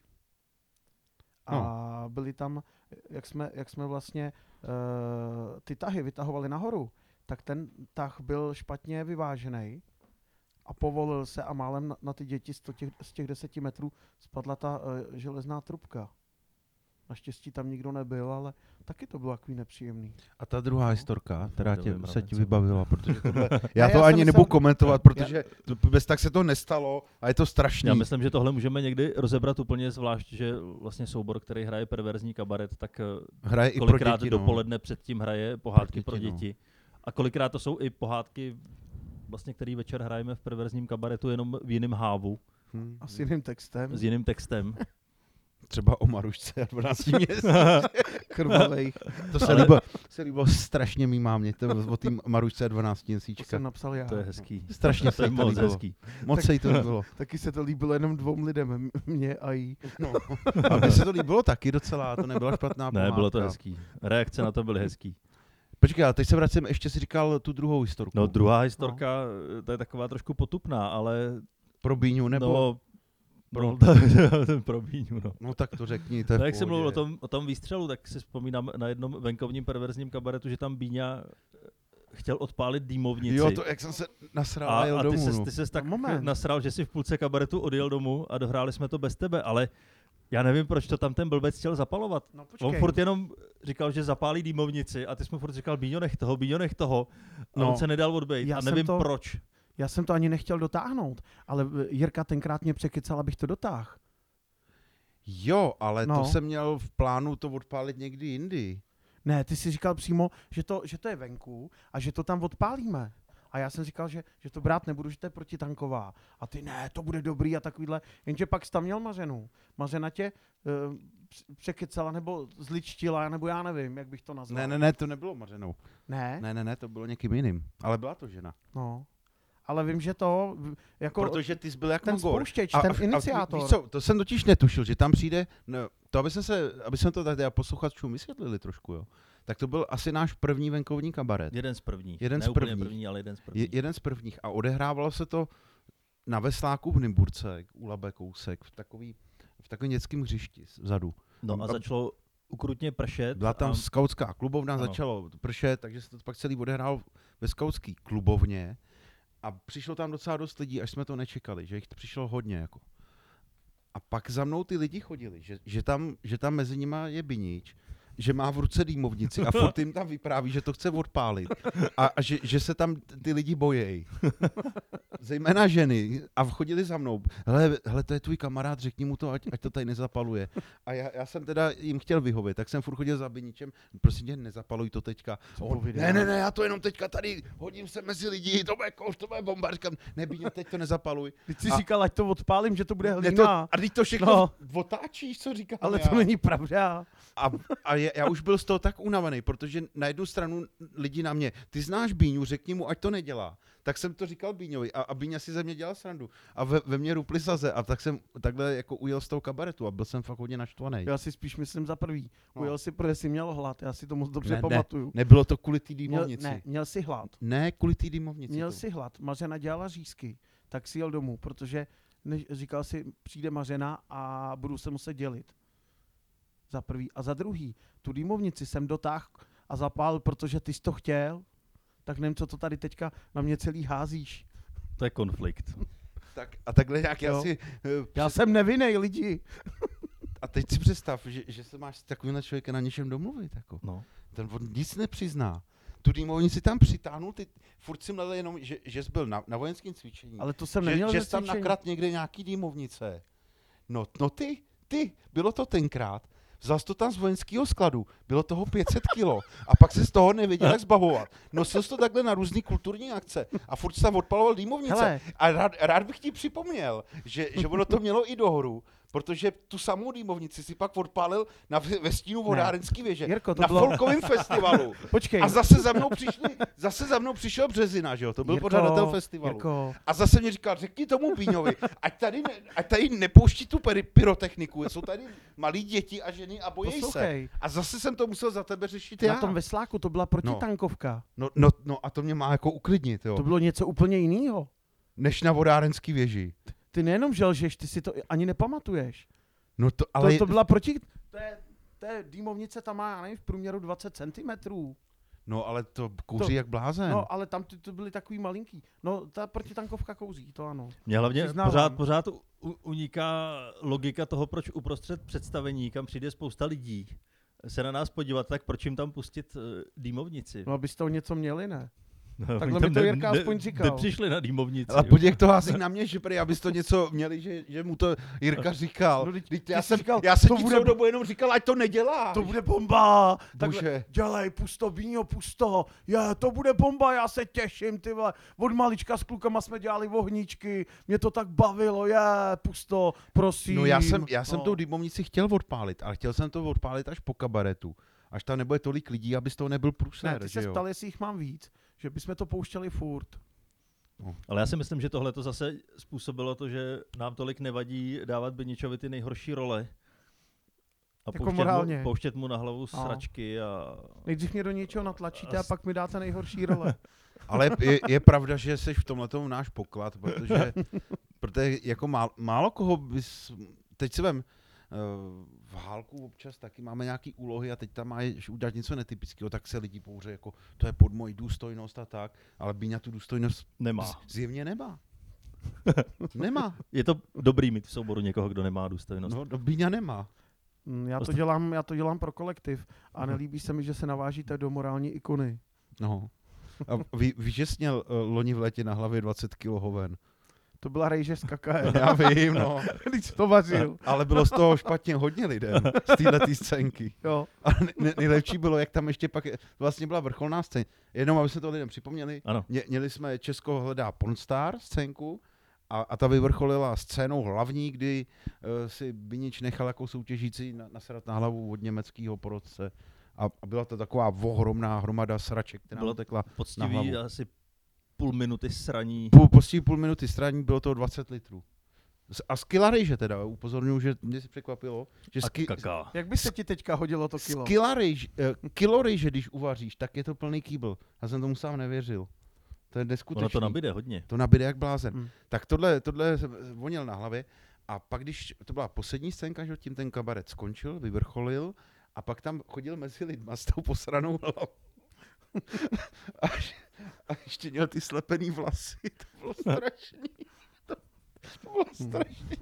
A No. byli tam, jak jsme, jak jsme vlastně uh, ty tahy vytahovali nahoru, tak ten tah byl špatně vyvážený a povolil se a málem na, na ty děti z, to těch, z těch deseti metrů spadla ta uh, železná trubka. Naštěstí tam nikdo nebyl, ale taky to bylo takový nepříjemný. A ta druhá historka, která tě, Ferdovém se ti Mravencovi. vybavila, protože tohle, já Ne, to já ani jsem nebudu se- komentovat, protože to, bez tak se to nestalo a je to strašný. Já myslím, že tohle můžeme někdy rozebrat úplně zvlášť, že vlastně soubor, který hraje perverzní kabaret, tak eh, Hraje i pro kolikrát děti, no. dopoledne předtím hraje pohádky Pro pro děti, děti. no. A kolikrát to jsou i pohádky, vlastně, který večer hrajeme v perverzním kabaretu jenom v jiném hávu, Hm. A s jiným textem, s jiným textem. Třeba o Marušce a dvanácti měsíc. krvavej. To se Ale- líbilo, se líbilo strašně mý mámě, to o tým Marušce a dvanácti To měsíčka. jsem napsal já. To je hezký. Strašně To se je jí to moc líbilo. hezký. Moc se jí to líbilo. Taky se to líbilo jenom dvou lidem, m- mně a jí. No. A mně se to líbilo taky docela, to nebyla špatná Ne, pohádka. bylo to hezký. Reakce na to byly hezký. Počkej, ale teď se vracím, ještě si říkal tu druhou historku. No druhá historka, to je taková trošku potupná, ale Pro Bíňu nebo... no, pro- no, ten pro Bíňu, no. No tak to řekni, to je v Tak jak jsem pohodě. mluvil o tom, o tom výstřelu, tak si vzpomínám na jednom venkovním perverzním kabaretu, že tam Bíňa chtěl odpálit dýmovnici. Jo, to jak jsem se nasral a, a, jel a ty domů. ses, no. ty ses tak moment. nasral, že si v půlce kabaretu odjel domů a dohráli jsme to bez tebe, ale já nevím, proč to tam ten blbec chtěl zapalovat. No On furt jenom říkal, že zapálí dýmovnici a ty jsi mu furt říkal, Bíňo, nech toho, Bíňo, nech toho. A No. on se nedal odbejt Já a jsem nevím to- proč. Já jsem to ani nechtěl dotáhnout, ale eh, Jirka tenkrát mě překycal, abych to dotáhl. Jo, ale No. to jsem měl v plánu to odpálit někdy jindy. Ne, ty jsi říkal přímo, že to, že to je venku a že to tam odpálíme. A já jsem říkal, že, že to brát nebudu, že to je protitanková. A ty ne, to bude dobrý a takovýhle. Jenže pak jsi tam měl Mařenu. Mařena tě uh, překecala nebo zličtila, nebo já nevím, jak bych to nazval. Ne, ne, ne, to nebylo Mařenou. Ne? Ne, ne, ne, to bylo někým jiným. Ale byla to žena. No. Ale vím, že to, jako Protože ty jsi byl jak ten Magor. spouštěč, A- ten a- a iniciátor. Víš co, to jsem totiž netušil, že tam přijde, no, to aby jsme, se, aby jsme to tady posluchačům vysvětlili trošku, jo. Tak to byl asi náš první venkovní kabaret. Jeden z prvních. Jeden ne z úplně prvních. první, ale jeden z prvních. Je, jeden z prvních. A odehrávalo se to na Vesláku v Nymburce, u Labe kousek, v takový, v takovém dětském hřišti vzadu. No a a- začalo ukrutně pršet. Byla tam a skautská klubovna, Ano. začalo pršet, takže se to pak celý odehrál ve skautské klubovně. A přišlo tam docela dost lidí, až jsme to nečekali, že jich přišlo hodně. Jako. A pak za mnou ty lidi chodili, že, že, tam, že tam mezi nima je Binič, že má v ruce dýmovnici a furt jim tam vypráví, že to chce odpálit a, a že, že se tam ty lidi bojejí. Zejména ženy a chodili za mnou. Hele, hele, to je tvůj kamarád, řekni mu to, ať, ať to tady nezapaluje. A já, já jsem teda jim chtěl vyhovět, tak jsem furt chodil za Biničem, prosím tě, nezapaluj to teďka. On, ne, ne, ne, já to jenom teďka tady hodím se mezi lidi, to bude kouř, to bude bomba. Říkám, ne, Bíňo, teď to nezapaluj. Ty jsi A- říkal, ať to odpálím, že to bude Ne, hlína. to, a teď to všechno No. no. otáčíš, co říkám Ale já. to není pravda. A, a je, já už byl z toho tak unavený, protože na jednu stranu lidi na mě, ty znáš Bíňu, řekni mu, ať to nedělá. Tak jsem to říkal Bíňovi a, a Bíňa si ze mě dělal srandu. A ve, ve mně ruply saze a tak jsem takhle jako ujel z toho kabaretu a byl jsem fakt hodně naštvaný. Já si spíš myslím za prvý. No. Ujel si, protože jsi měl hlad, já si to moc dobře Ne, ne, pamatuju. Nebylo to kvůli té Měl, dýmovnici. ne, měl si hlad. Ne, kvůli té dýmovnici. Měl to. si hlad. Mařena dělala řízky, tak si jel domů, protože než, říkal si, přijde Mařena a budu se muset dělit. Za prvý. A za druhý, tu dýmovnici jsem dotáhl a zapálil, protože ty jsi to chtěl. Tak nevím, co to tady teďka na mě celý házíš. To je konflikt. Tak, a takhle nějak já Jo. si... eh, Já jsem nevinnej, lidi. A teď si představ, že, že se máš s takovýmhle člověkem na něčem domluvit. Jako. No. Ten on nic nepřizná. Tu dýmovnici tam přitáhnul, ty furt si mlel jenom, že, že jsi byl na, na vojenském cvičení. Ale to jsem že, neměl že ze jsi tam cvičení. nakrát někde nějaký dýmovnice. No, no ty, ty, bylo to tenkrát. Vzal jsi to tam z vojenského skladu, bylo toho pět set kilo a pak se z toho nevěděl, jak zbavovat. Nosil jsi to takhle na různý kulturní akce a furt jsi tam odpaloval dýmovnice. Hele. A rád, rád bych ti připomněl, že, že ono to mělo i dohru, protože tu samou dýmovnici si pak odpálil na ve ve stínu vodárenský věže. Jirko, to na bylo- folkovém festivalu. Počkej. A zase za mnou přišli, zase za mnou přišel Březina, že jo, to byl Jirko, pořadatel festivalu. Jirko, A zase mě říkal, řekni tomu Bíňovi, ať tady, ne, ať tady nepouští tu peri- pyrotechniku, jsou tady malí děti a ženy a bojí se. poslouchej. A zase jsem to musel za tebe řešit Na já. tom Vesláku to byla protitankovka. No, no, no a to mě má jako uklidnit, jo. To bylo něco úplně jiného. Než na vodárenský věži. Ty nejenom želžeš, ty si to ani nepamatuješ. No to, ale... Ale to, to byla proti... To je, to je dýmovnice, tam má, já nevím, v průměru dvacet centimetrů. No ale to kouří To- jak blázen. No, ale tam ty to byly takový malinký. No, ta protitankovka kouří, to ano. Mě hlavně Přiznávám. pořád, pořád u, u- uniká logika toho, proč uprostřed představení, kam přijde spousta lidí, se na nás podívat, tak proč jim tam pustit uh, dýmovnici? No, abyste o něco měli, ne? No, takhle oni mi tam to ne- Jirka ne- aspoň říkal. Nepřišli na dýmovnici. Ale jo. podívej, to hází na mě, že prý, abys to něco měli, že, že mu to Jirka říkal. No, teď- Vždyť ty já jsi jsem, říkal, já jsem to ti bude celou bo- dobu jenom říkal, ať to nedělá. To bude bomba! Takhle, Bože. dělej, pusto, Bíňo, pusto. Je, to bude bomba, já se těším, ty vole. Od malička s klukama jsme dělali ohníčky, mě to tak bavilo, je, pusto, prosím. No já jsem, já jsem no. tou dýmovnici chtěl odpálit, ale chtěl jsem to odpálit až po kabaretu. Až tam nebude tolik lidí, aby z toho nebyl Ne, průser, ty že se jo? ptal, jestli jich mám víc, že bychom to pouštěli furt. Ale já si myslím, že tohle to zase způsobilo to, že nám tolik nevadí dávat Beničovi ty nejhorší role. A Jako pouštět, morálně. mu, pouštět mu na hlavu sračky a... Nejdřív mě do něčeho natlačíte A a s- pak mi dáte nejhorší role. Ale je, je pravda, že jsi v tomhletom náš poklad, protože, protože jako málo, málo koho bys... Teď si vem, eh, v Hálku občas taky máme nějaký úlohy a teď tam máš udělat něco netypického, tak se lidi pouře jako, to je pod mojí důstojnost a tak, ale Bíňa tu důstojnost Nemá. z- zjevně nemá. Nemá. Je to dobrý mít v souboru někoho, kdo nemá důstojnost. No, no Bíňa nemá. Mm, Já to, Osta- dělám, já to dělám pro kolektiv a nelíbí se mi, že se navážíte do morální ikony. No. A ví, víš, že jsi měl uh, loni v létě na hlavě dvacet kilo hoven. To byla rejže z kakae. Já vím, no. Když to vařil. Ale bylo z toho špatně hodně lidem, z téhletý scénky. Jo. A ne- nejlepší bylo, jak tam ještě pak, vlastně byla vrcholná scéna. Jenom, aby se to lidem připomněli, Ano. Mě, měli jsme Česko hledá Pornstar scénku a, a ta vyvrcholila scénou hlavní, kdy uh, si Binič nechal jako soutěžící na, nasrat na hlavu od německého porodce. A, a byla to taková ohromná hromada sraček, která Bylo mu tekla na Poctivý hlavu. asi půl minuty sraní. Půl, postí půl minuty straní, bylo to dvacet litrů. S- A skilla rejže teda, upozorňuji, že mě si překvapilo, že A ski, kaká. Jak by se ti teďka hodilo to kilo? skilla rejž, eh, kilo rejže, když uvaříš, tak je to plný kýbl. Já jsem tomu sám nevěřil. To je neskutečný. Ono to nabíde hodně. To nabíde jak blázen. Hmm. Tak tohle, tohle jsem voněl na hlavě a pak, když to byla poslední scénka, že tím ten kabaret skončil, vyvrcholil a pak tam chodil mezi lidma s tou posranou hlavou. a, a ještě měl ty slepený vlasy, to bylo strašný. To, to bylo strašný.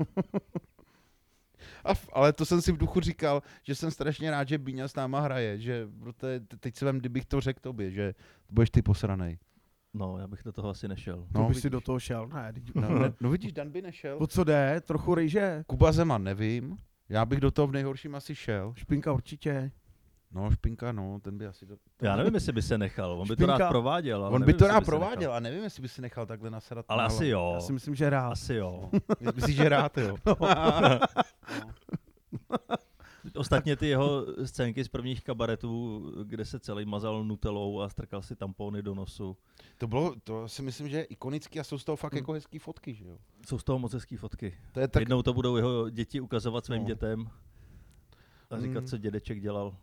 A v, ale to jsem si v duchu říkal, že jsem strašně rád, že Bíňa s náma hraje, že proto, teď se vem, kdybych to řekl tobě, že budeš ty posranej. No, já bych do toho asi nešel. To No, by vidíš. si do toho šel. Ne, teď- No, ne, no vidíš, Dan by nešel. O co jde? Trochu rejže. Kuba Zeman nevím, já bych do toho v nejhorším asi šel. Špinka určitě. No, Špinka, no, ten by asi... Do... Já nevím, jestli by se nechal. On by to Špinka- rád prováděl. Ale On by nevím, to jestli rád se prováděl, nechal. a nevím, jestli by si nechal takhle nasadat. Ale na asi hlavu. jo. Já si myslím, že rád. Asi jo. Myslíš, že rád, jo? Ostatně ty jeho scénky z prvních kabaretů, kde se celý mazal nutelou a strkal si tampony do nosu. To bylo, to si myslím, že je ikonický a jsou z toho fakt Hmm. jako hezký fotky, že jo? Jsou z toho moc hezký fotky. To je Tak... tak... Jednou to budou jeho děti ukazovat svým No. dětem a říkat, Mm. co dědeček dělal.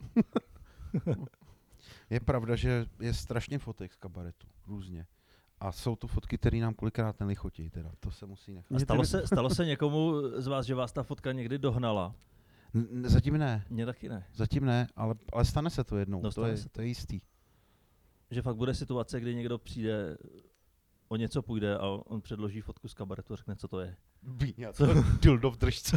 Je pravda, že je strašně fotek z kabaretu, různě. A jsou to fotky, které nám kolikrát nelichotí, teda. To se musí nechat. A Mě stalo ty- se, stalo se někomu z vás, že vás ta fotka někdy dohnala? N- n- zatím ne, Mně taky ne. zatím ne, ale, ale stane se to jednou, No, to, stane je, se to. to je jistý. Že fakt bude situace, kdy někdo přijde, o něco půjde a on předloží fotku z kabaretu a řekne, co to je. Bíňa, to dildo v držce.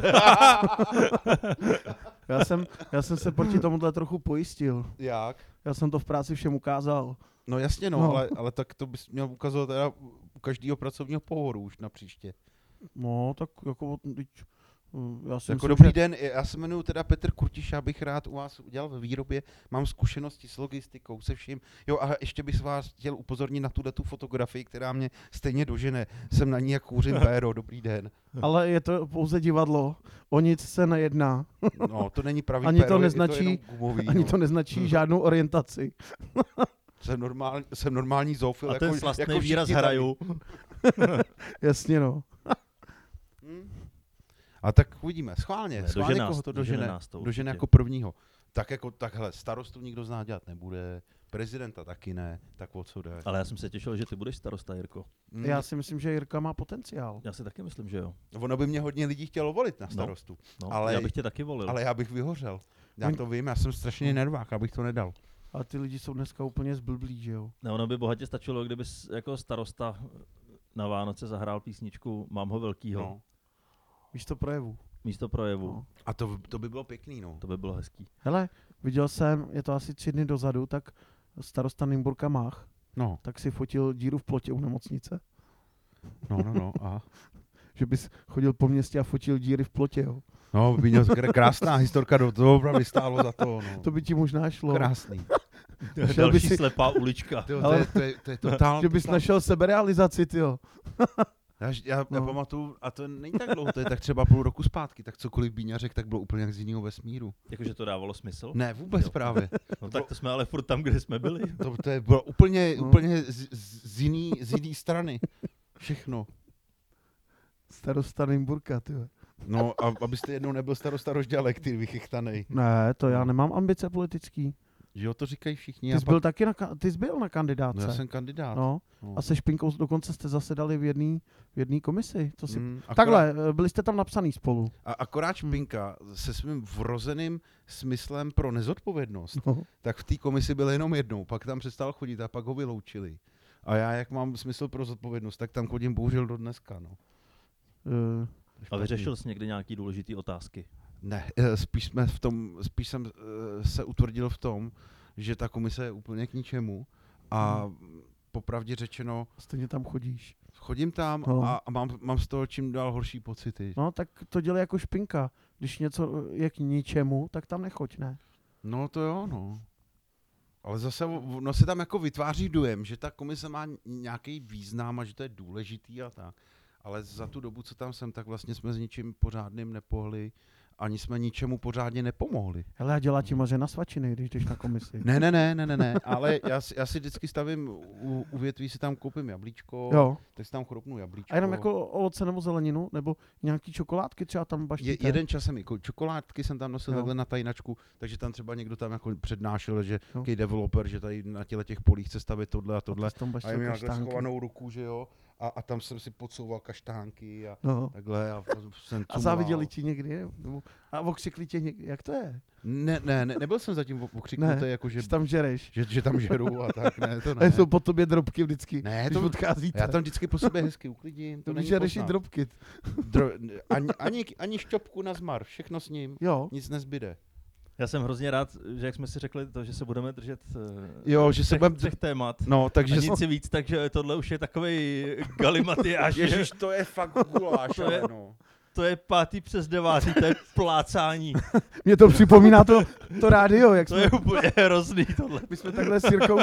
Já jsem, já jsem se proti tomuhle trochu pojistil. Jak? Já jsem to v práci všem ukázal. No jasně, no, No. Ale, ale tak to bys měl ukazovat teda u každého pracovního pohovoru už na příště. No, tak jako, teď, hm, já si Jako myslím, dobrý že... den, já se jmenuji teda Petr Kurtiš, já bych rád u vás udělal ve výrobě, mám zkušenosti s logistikou, se vším. Jo a ještě bych vás chtěl upozornit na tuhle tu fotografii, která mě stejně dožene. Jsem na ní jak kouřím péro, dobrý den. Ale je to pouze divadlo. O nic se nejedná. No, to není pravý Ani to péro, je neznačí- to jenom gumový, Ani no. to neznačí žádnou orientaci. Jsem, normál, jsem normální zoofil. A ten jako, slastný jako výraz všichni tady. hraju. Jasně, no. Hm? A tak uvidíme, schválně, Ne, schválně dožene koho nás- to dožene dožene, nás to dožene určitě. jako prvního. Tak jako takhle, starostu nikdo z nás dělat nebude, prezidenta taky ne, tak o co jde. Ale já jsem se těšil, že ty budeš starosta, Jirko. Hm, Já si myslím, že Jirka má potenciál. Já si taky myslím, že jo. Ono by mě hodně lidí chtělo volit na starostu, No, Ale- já bych tě taky volil. ale já bych vyhořel. Já Oni- to vím, já jsem strašně nervák, abych to nedal. Ale ty lidi jsou dneska úplně zblblí, že jo? Ne, ono by bohatě stačilo, kdyby jako starosta na Vánoce zahrál písničku Mám ho velkýho No. Místo projevu. místo projevu. No. A to, to by bylo pěkný, no. To by bylo hezký. Hele, viděl jsem, je to asi tři dny dozadu, tak starosta Nymburka Mach, No, tak si fotil díru v plotě u nemocnice. no, no, no, aha. Že bys chodil po městě a fotil díry v plotě, jo. No, by měl kr- krásná historka, to, to opravdu stálo za to, no. To by ti možná šlo. Krásný. Šel by Další si- slepá ulička. Tyjo, to, Ale- je, to, je, to je totál, Že bys totál. našel seberealizaci, tyjo. Já, já, já No. pamatuju, a to není tak dlouho, to je tak třeba půl roku zpátky, tak cokoliv Bíňa řekl, tak bylo úplně jak z jiného vesmíru. Jakože to dávalo smysl? Ne, vůbec Jo. právě. No tak to jsme ale furt tam, kde jsme byli. To, to je bylo úplně, No. úplně z, z, z, jiný, z jiný strany. Všechno. Starosta Nymburka, tyjo. No, a abyste jednou nebyl starosta Rožďalek, ty vychychtanej. Ne, to já No. nemám ambice politický. Že jo, to říkají všichni. Ty a jsi pak- byl taky na, ka- ty jsi byl na No, kandidátce. já jsem kandidát. No, No. a se Špinkou dokonce jste zasedali v jedné v jedný komisi. To si... Mm, akorát- Takhle, eh, byli jste tam napsaný spolu. A akorát Hmm. Špinka se svým vrozeným smyslem pro nezodpovědnost, No. tak v té komisi byl jenom jednou, pak tam přestal chodit a pak ho vyloučili. A já, jak mám smysl pro zodpovědnost, tak tam chodím bohužel do dneska. No. Uh, A Špatný. vyřešil jsi někdy nějaký důležitý otázky? Ne, eh, spíš, jsme v tom, spíš jsem eh, se utvrdil v tom, že ta komise je úplně k ničemu a popravdě řečeno, stejně tam chodíš. chodím tam No. a, a mám, mám z toho čím dál horší pocity. No, tak to dělá jako špinka. Když něco je k ničemu, tak tam nechoď, ne? No to jo, no. Ale zase no se tam jako vytváří dojem, že ta komise má nějaký význam a že to je důležitý a tak. Ale za tu dobu, co tam jsem, tak vlastně jsme s ničím pořádným nepohli, ani jsme ničemu pořádně nepomohli. Hele, a dělá ti maře na svačiny, když jdeš na komisi. Ne, ne, ne, ne, ne, ne, ale já, si- já si vždycky stavím, u, u větví si tam koupím jablíčko, Jo. tak si tam chropnu jablíčko. A jenom jako ovoce nebo zeleninu, nebo nějaký čokoládky třeba tam Je, baštíte? jeden čas jsem jako čokoládky jsem tam nosil Jo. takhle na tajnačku, takže tam třeba někdo tam jako přednášel, že Jo. jaký developer, že tady na těle těch polích chce stavit tohle a tohle. A ty jsi tam A baštil já měl takhle kaštánky. schovanou ruku, že jo, a, a tam jsem si podsouval kaštánky a No. takhle a jsem A záviděli ti někdy? Nebo, a okřikli tě někdy? Jak to je? Ne, ne, ne, nebyl jsem zatím okřiknutý, Ne, jako že, Že tam žereš. že, že tam žeru a tak, ne, to A ne. jsou po tobě drobky vždycky, Ne, když to, odcházíte. já tam vždycky po sobě hezky uklidím, to to není žereš i poznat. drobky. Dro, ani, ani, ani šťopku na zmar, všechno s ním, Jo. nic nezbyde. Já jsem hrozně rád, že jak jsme si řekli to, že se budeme držet eh, Jo, že se třech, budeme- třech témat. No, takže A nic si víc, takže tohle už je takový galimatiáš. Ježiš, to je fakt guláš, To je- ale no. To je pátý přes devátý, to je plácání. Mě to připomíná to, to rádio, jak To jsme, je úplně hrozný tohle. my jsme takhle s Jirkou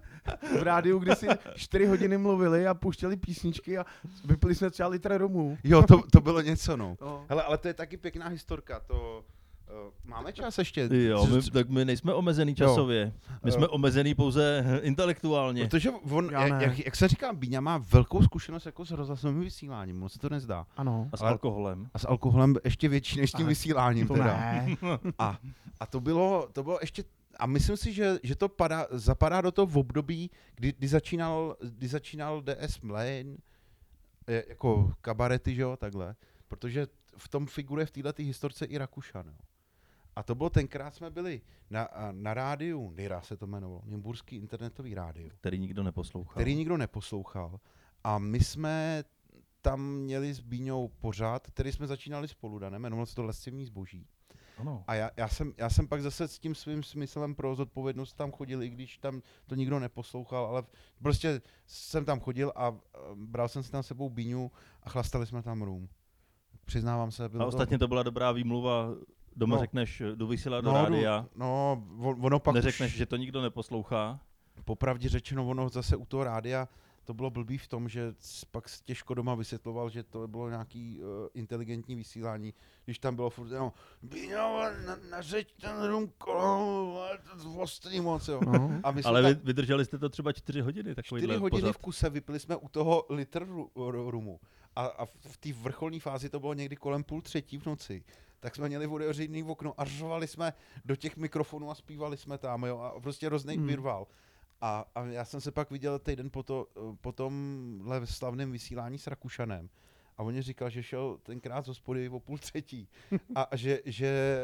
v rádiu kdysi čtyři hodiny mluvili a pouštěli písničky a vypili jsme třeba litr rumu. Jo, to, to bylo něco, no. No. Hele, ale to je taky pěkná historka, to... Uh, máme čas ještě? Jo, my, Co- tak my nejsme omezený časově. My jsme Jo. omezený pouze intelektuálně. Protože on, Já jak, ne. jak, jak se říká, Bíňa má velkou zkušenost jako s rozhlasovým vysíláním, moc se to nezdá. Ano. A s ale- alkoholem. A s alkoholem ještě větší než s tím Ale vysíláním To teda. ne. A, a to bylo, to bylo ještě, a myslím si, že, že to padá, zapadá do toho v období, kdy, kdy začínal, kdy začínal D S Mlejn, je- jako kabarety, že jo, takhle, protože v tom figuruje v této historce i Rakušan, jo. A to bylo tenkrát jsme byli na, na rádiu, Nira se to jmenovalo, Nymburský internetový rádio, Který nikdo neposlouchal. který nikdo neposlouchal. A my jsme tam měli s Bíňou pořád, který jsme začínali spolu, Danem, jmenovalo se to Lescivní zboží. Ano. A já, já, jsem, já jsem pak zase s tím svým smyslem pro zodpovědnost tam chodil, i když tam to nikdo neposlouchal, ale prostě jsem tam chodil a uh, bral jsem si tam s sebou Bíňu a chlastali jsme tam rum. Přiznávám se, bylo A ostatně to byla dobrá výmluva. Doma No. řekneš, jdu vysílat to... do rádia. No, no, ono pak Neřekneš, už, že to nikdo neposlouchá. popravdě řečeno, ono zase u toho rádia to bylo blbý v tom, že s- pak s- těžko doma vysvětloval, že to bylo nějaký uh, inteligentní vysílání, když tam bylo furt jenom Bíňo, na, nařeď ten rum kolem, ale to je ostrý moc, jo. No. A my jsme Ale tam vy, vydrželi jste to třeba čtyři hodiny. čtyři hodiny v kuse, vypili jsme u toho litr ru, ru, rumu. A, a v té vrcholné fázi to bylo někdy kolem půl třetí v noci. Tak jsme měli otevřený okno a řvali jsme do těch mikrofonů a zpívali jsme tam, jo, a prostě hrozný Hmm. virval. A, a já jsem se pak viděl týden po, to, po tomhle slavném vysílání s Rakušanem. A on říkal, že šel tenkrát z hospody o půl třetí. A, a že, že,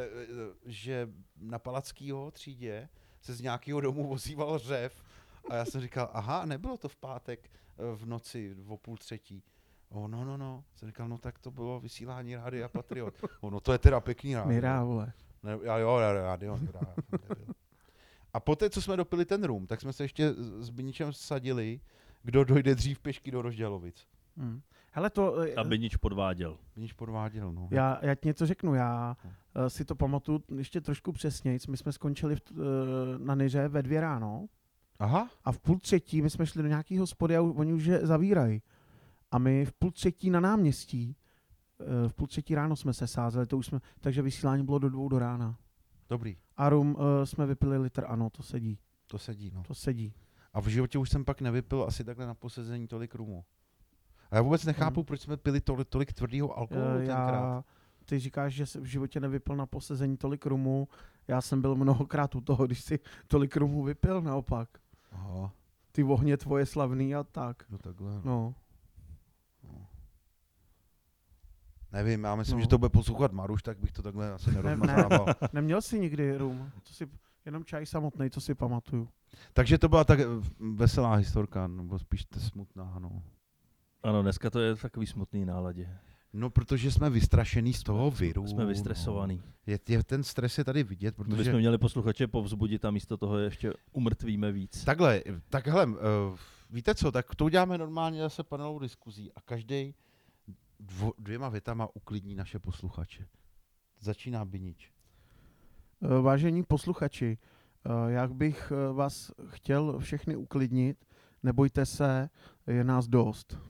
že na Palackýho třídě se z nějakého domu ozýval řev. A já jsem říkal, aha, nebylo to v pátek eh, v noci o půl třetí. O, no, no, no. Jsem říkal, no tak to bylo vysílání Rádia Patriot. O, no to je teda pěkný rádio. Mirá, vole. Ne, já jo, rádio. rádio a poté, co jsme dopili ten rum, tak jsme se ještě s s Biničem sadili, kdo dojde dřív pěšky do Rozdělovic. Hmm. Hele, to... eh, Aby nič podváděl. Binič podváděl, no. Já, já ti něco řeknu, já uh, si to pamatuju ještě trošku přesněji. My jsme skončili v, uh, na Niře ve dvě ráno Aha. a v půl třetí my jsme šli do nějakého hospody a u- oni už je zavírají. A my v půl třetí na náměstí, uh, v půl třetí ráno jsme se sázeli, to už jsme, takže vysílání bylo do dvou do rána. Dobrý, A rum uh, jsme vypili litr, ano, to sedí, to sedí, no. to sedí. A v životě už jsem pak nevypil asi takhle na posezení tolik rumu. A já vůbec nechápu, Mhm. proč jsme pili tolik, tolik tvrdého alkoholu Uh, tenkrát. já, ty říkáš, že jsi v životě nevypil na posezení tolik rumu, já jsem byl mnohokrát u toho, když si tolik rumu vypil, naopak. Aha, Ty ohně tvoje slavný a tak. no takhle. No. No. Nevím, já myslím, No. že to bude poslouchat Maruš, tak bych to takhle asi nerozmazával. Neměl jsi nikdy rum, to si, jenom čaj samotný, co si pamatuju. Takže to byla tak eh, veselá historka, nebo spíš to smutná, no. Ano, dneska to je v takový smutný náladě. No, protože jsme vystrašený z toho viru. Jsme vystresovaný. No. Je, je, ten stres je tady vidět, My protože... bychom měli posluchače povzbudit a místo toho ještě umrtvíme víc. Takhle, tak hele, uh, víte co, tak to uděláme normálně zase panelovou diskuzí a každý dvo, dvěma větama uklidní naše posluchače. Začíná Binič. Eh, Vážení posluchači, eh, jak bych eh, vás chtěl všechny uklidnit, nebojte se, je nás dost.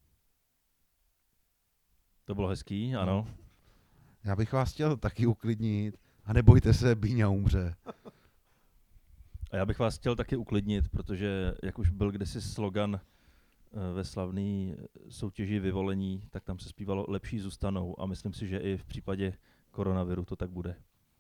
To bylo hezký, ano. Já bych vás chtěl taky uklidnit a nebojte se, Bíňa umře. A já bych vás chtěl taky uklidnit, protože jak už byl kdysi slogan eh, ve slavné soutěži vyvolení, tak tam se zpívalo lepší zůstanou a myslím si, že i v případě koronaviru to tak bude.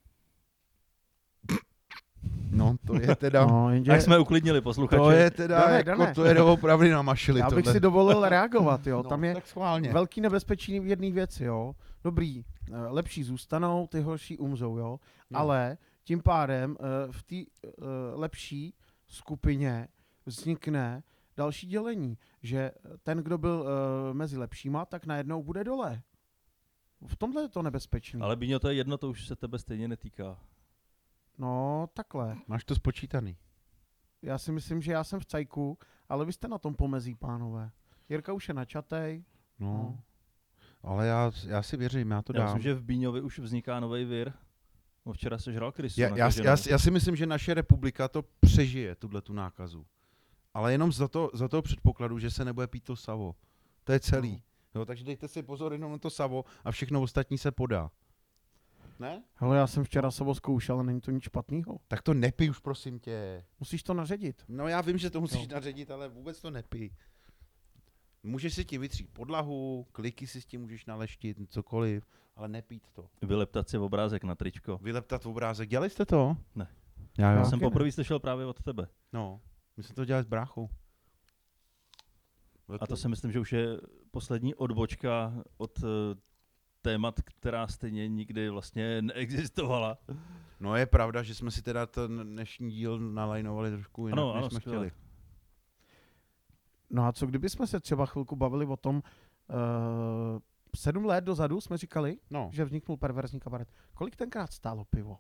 No, to je teda... No, jenže Tak jsme uklidnili posluchače. To je teda, Dané, jako, Dané. to je doopravdy namašili. já bych tohle. si dovolil reagovat, jo. No, Tam je tak schválně. velký nebezpečí v jedné věci, jo. Dobrý, eh, lepší zůstanou, ty horší umřou, jo. No. Ale tím pádem eh, v té eh, lepší skupině vznikne další dělení, že ten, kdo byl eh, mezi lepšíma, tak najednou bude dole. V tomhle je to nebezpečný. Ale Bíňo, to je jedno, to už se tebe stejně netýká. No, takhle. Máš to spočítaný. Já si myslím, že já jsem v cajku, ale vy jste na tom pomezí, pánové. Jirka už je načatej. No. No. Ale já, já si věřím, já to Já dám. myslím, že v Bíňovi už vzniká nový vir. No včera sežral krysu. Já, já, nakaženou. já, já si myslím, že naše republika to přežije, tuhle tu nákazu. Ale jenom za, to, za toho předpokladu, že se nebude pít to savo. To je celý. No. Jo, takže dejte si pozor jenom na to savo a všechno ostatní se podá. Ne? Hele, já jsem včera savo zkoušel, ale není to nic špatného. Tak to nepij už, prosím tě. Musíš to naředit. No já vím, že to musíš No. naředit, ale vůbec to nepij. Můžeš si tím vytřít podlahu, kliky si s tím můžeš naleštit, cokoliv, ale nepít to. Vyleptat si obrázek na tričko. Vyleptat obrázek. Dělali jste to? Ne. Já Já jo. jsem taky ne. poprvé slyšel právě od tebe. No, my jsme to dělali s bráchou. A to si myslím, že už je poslední odbočka od uh, témat, která stejně nikdy vlastně neexistovala. No je pravda, že jsme si teda ten dnešní díl nalajnovali trošku jinak, Ano, než ano, jsme skvěle. chtěli. No a co kdyby jsme se třeba chvilku bavili o tom, uh, sedm let dozadu jsme říkali, No, že vzniknul perverzní kabaret. Kolik tenkrát stálo pivo?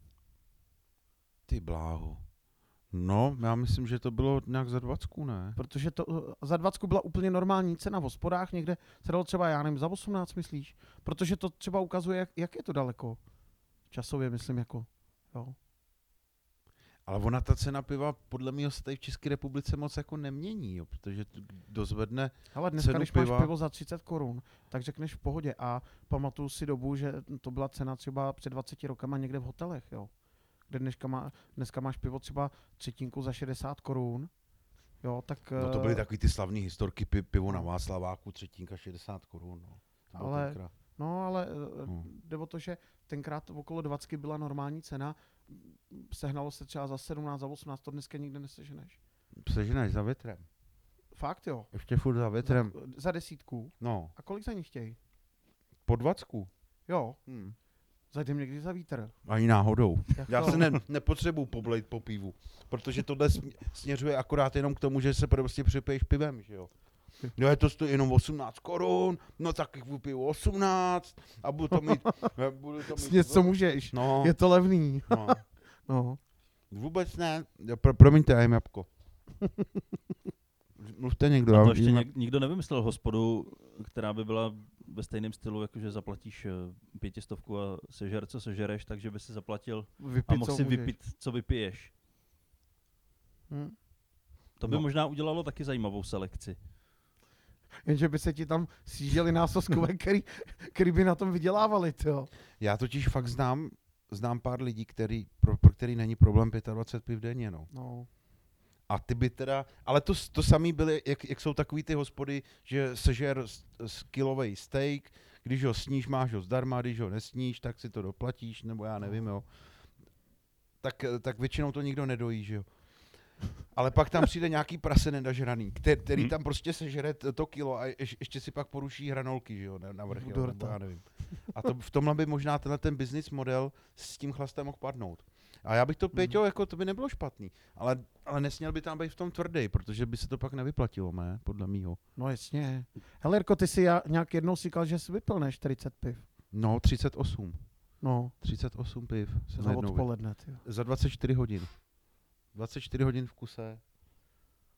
ty bláho. No, já myslím, že to bylo nějak za dvacku, ne? Protože to uh, za dvacku byla úplně normální cena v hospodách, někde se dalo třeba, já nevím, za osmnáct, myslíš? Protože to třeba ukazuje, jak, jak je to daleko. Časově, myslím, jako, jo. Ale ona ta cena piva podle mě se tady v České republice moc jako nemění, jo, protože to dozvedne. Ale dneska, Cenu když piva? máš pivo za třicet korun, tak řekneš v pohodě. A pamatuju si dobu, že to byla cena třeba před dvaceti rokama někde v hotelech, jo. Kde dneska, má, dneska máš pivo třeba třetinku za šedesát korun, jo, tak... No to eh, byly takový ty slavné historky, pi, pivo na Václaváku, třetinka šedesát korun. No. To bylo Ale- tenkrát. No, ale eh, Hmm. jde o to, že tenkrát okolo dvacet byla normální cena, sehnalo se třeba za sedmnáct, za osmnáct, to dneska nikde neseženeš. Seženeš za větrem. Fakt jo. Ještě furt za větrem. Za, za desítku. No, A kolik za ní chtějí? po dvacku. Jo, Hmm. zajdem někdy za vítr. Ani náhodou. Jak Já to? se ne, nepotřebuju poblejt po pivu, protože tohle smě- směřuje akorát jenom k tomu, že se prostě připiješ pivem, že jo. No je to stojí jenom osmnáct korun, no tak jich vypiju osmnáct a budu to mít... budu to mít Sněz, co můžeš. No, Je to levný. no, No. vůbec ne. Pro, promiňte, já jim jabko. Mluvte někdo. A já to ještě jim- něk, nikdo nevymyslel hospodu, která by byla ve stejném stylu, jakože zaplatíš eh, pětistovku a sežer, co sežereš, takže by si zaplatil a Vypít, mohl co si můžeš. vypít, co vypiješ. Hm. To by No. možná udělalo taky zajímavou selekci. Jenže by se ti tam sjížděli násoskové, který, který by na tom vydělávali, jo. Já totiž fakt znám, znám pár lidí, který, pro, pro který není problém dvacet pět piv denně, no. No. A ty by teda, ale to, to samý byly, jak, jak jsou takový ty hospody, že sežer s, s kilovej steak, když ho sníš, máš ho zdarma, když ho nesníš, tak si to doplatíš, nebo já nevím, jo. Tak, tak většinou to nikdo nedojí, že jo. Ale pak tam přijde nějaký prase nedažraný, který, který Hmm. tam prostě sežere t- to kilo a ješ, ještě si pak poruší hranolky, že jo, na, na vrch, jo, nebo Dorta. já nevím. A to, v tomhle by možná tenhle ten business model s tím chlastem mohl padnout. A já bych to, Péťo, jako to by nebylo špatný, ale, ale nesměl by tam být v tom tvrdý, protože by se to pak nevyplatilo, ne, podle mýho. No jasně. Hele, Jirko, ty si já nějak jednou říkal, že jsi vypil ne čtyřicet piv. No, třicet osm. No, třicet osm piv. Se za najednou vy- odpoledne, ty. Za dvacet čtyři hodin. dvacet čtyři hodin v kuse.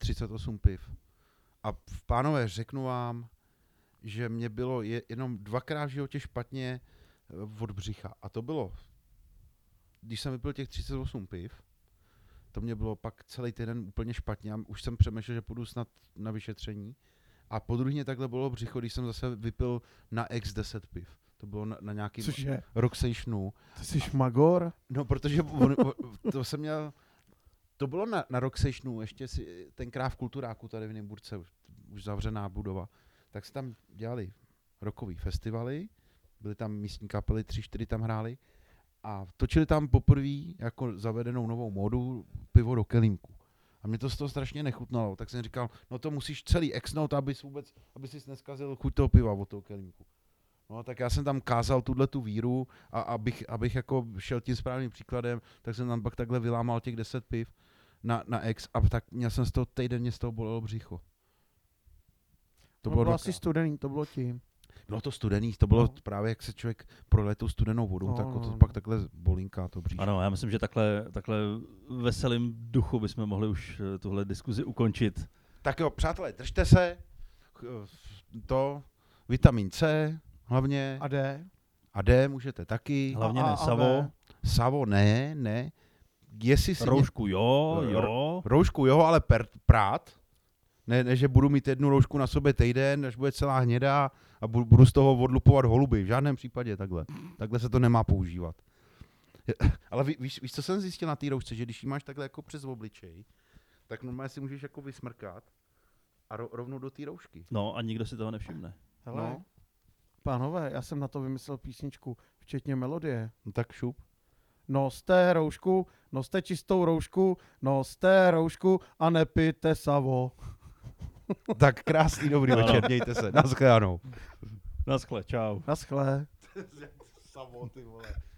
třicet osm piv. A v pánové, řeknu vám, že mě bylo je, jenom dvakrát v životě špatně od břicha. A to bylo, když jsem vypil těch třicet osm piv, to mě bylo pak celý týden úplně špatně a už jsem přemýšlel, že půjdu snad na vyšetření. A po druhé takhle bylo břicho, když jsem zase vypil na X deset piv. To bylo na, na nějakým Cože? Rocksationu. Ty jsi šmagor? No, protože on, to jsem měl, to bylo na, na Rocksationu, ještě si, tenkrát v Kulturáku tady v Nymburce, už zavřená budova, tak se tam dělali rockový festivaly, byly tam místní kapely, tři, čtyři tam hráli a točili tam poprvé jako zavedenou novou módu pivo do kelímku. A mě to z toho strašně nechutnalo, tak jsem říkal, no to musíš celý exnout, aby jsi vůbec, aby jsi neskazil chuť toho piva od toho kelímku. No, tak já jsem tam kázal tuhle tu víru a abych, abych jako šel tím správným příkladem, tak jsem tam pak takhle vylámal těch deset piv na, na ex a tak měl jsem z toho týden, mě z toho bolelo břicho. To bylo bylo dvakrát. asi studený, to bylo tím. Bylo to studený, to bylo No. právě, jak se člověk prolije tou studenou vodou, No, tak no, to no. pak takhle bolinká to bříško. Ano, já myslím, že takhle, takhle veselým duchu bychom mohli už eh, tuhle diskuzi ukončit. Tak jo, přátelé, držte se, ch- to, vitamin C hlavně, A D? a D můžete taky, Hlavně A- ne a- a Savo, V. Savo ne, ne, jestli si... roušku jo, Ro- jo. Roušku jo, ale per, prát. Ne, ne, že budu mít jednu roušku na sobě týden, až bude celá hnědá a budu, budu z toho odlupovat holuby. V žádném případě takhle. Takhle se to nemá používat. Je- Ale ví, víš, víš, co jsem zjistil na té roušce, že když ji máš takhle jako přes obličej, tak normálně si můžeš jako vysmrkat a ro, rovnou do té roušky. No a nikdo si toho nevšimne. Hele, No, pánové, já jsem na to vymyslel písničku, včetně melodie. no tak šup. Noste roušku, noste čistou roušku, noste roušku a nepijte Savo. Tak krásný dobrý Ano. večer, mějte se. Naschledanou. Naschle, čau. Naschle. Savo, ty vole.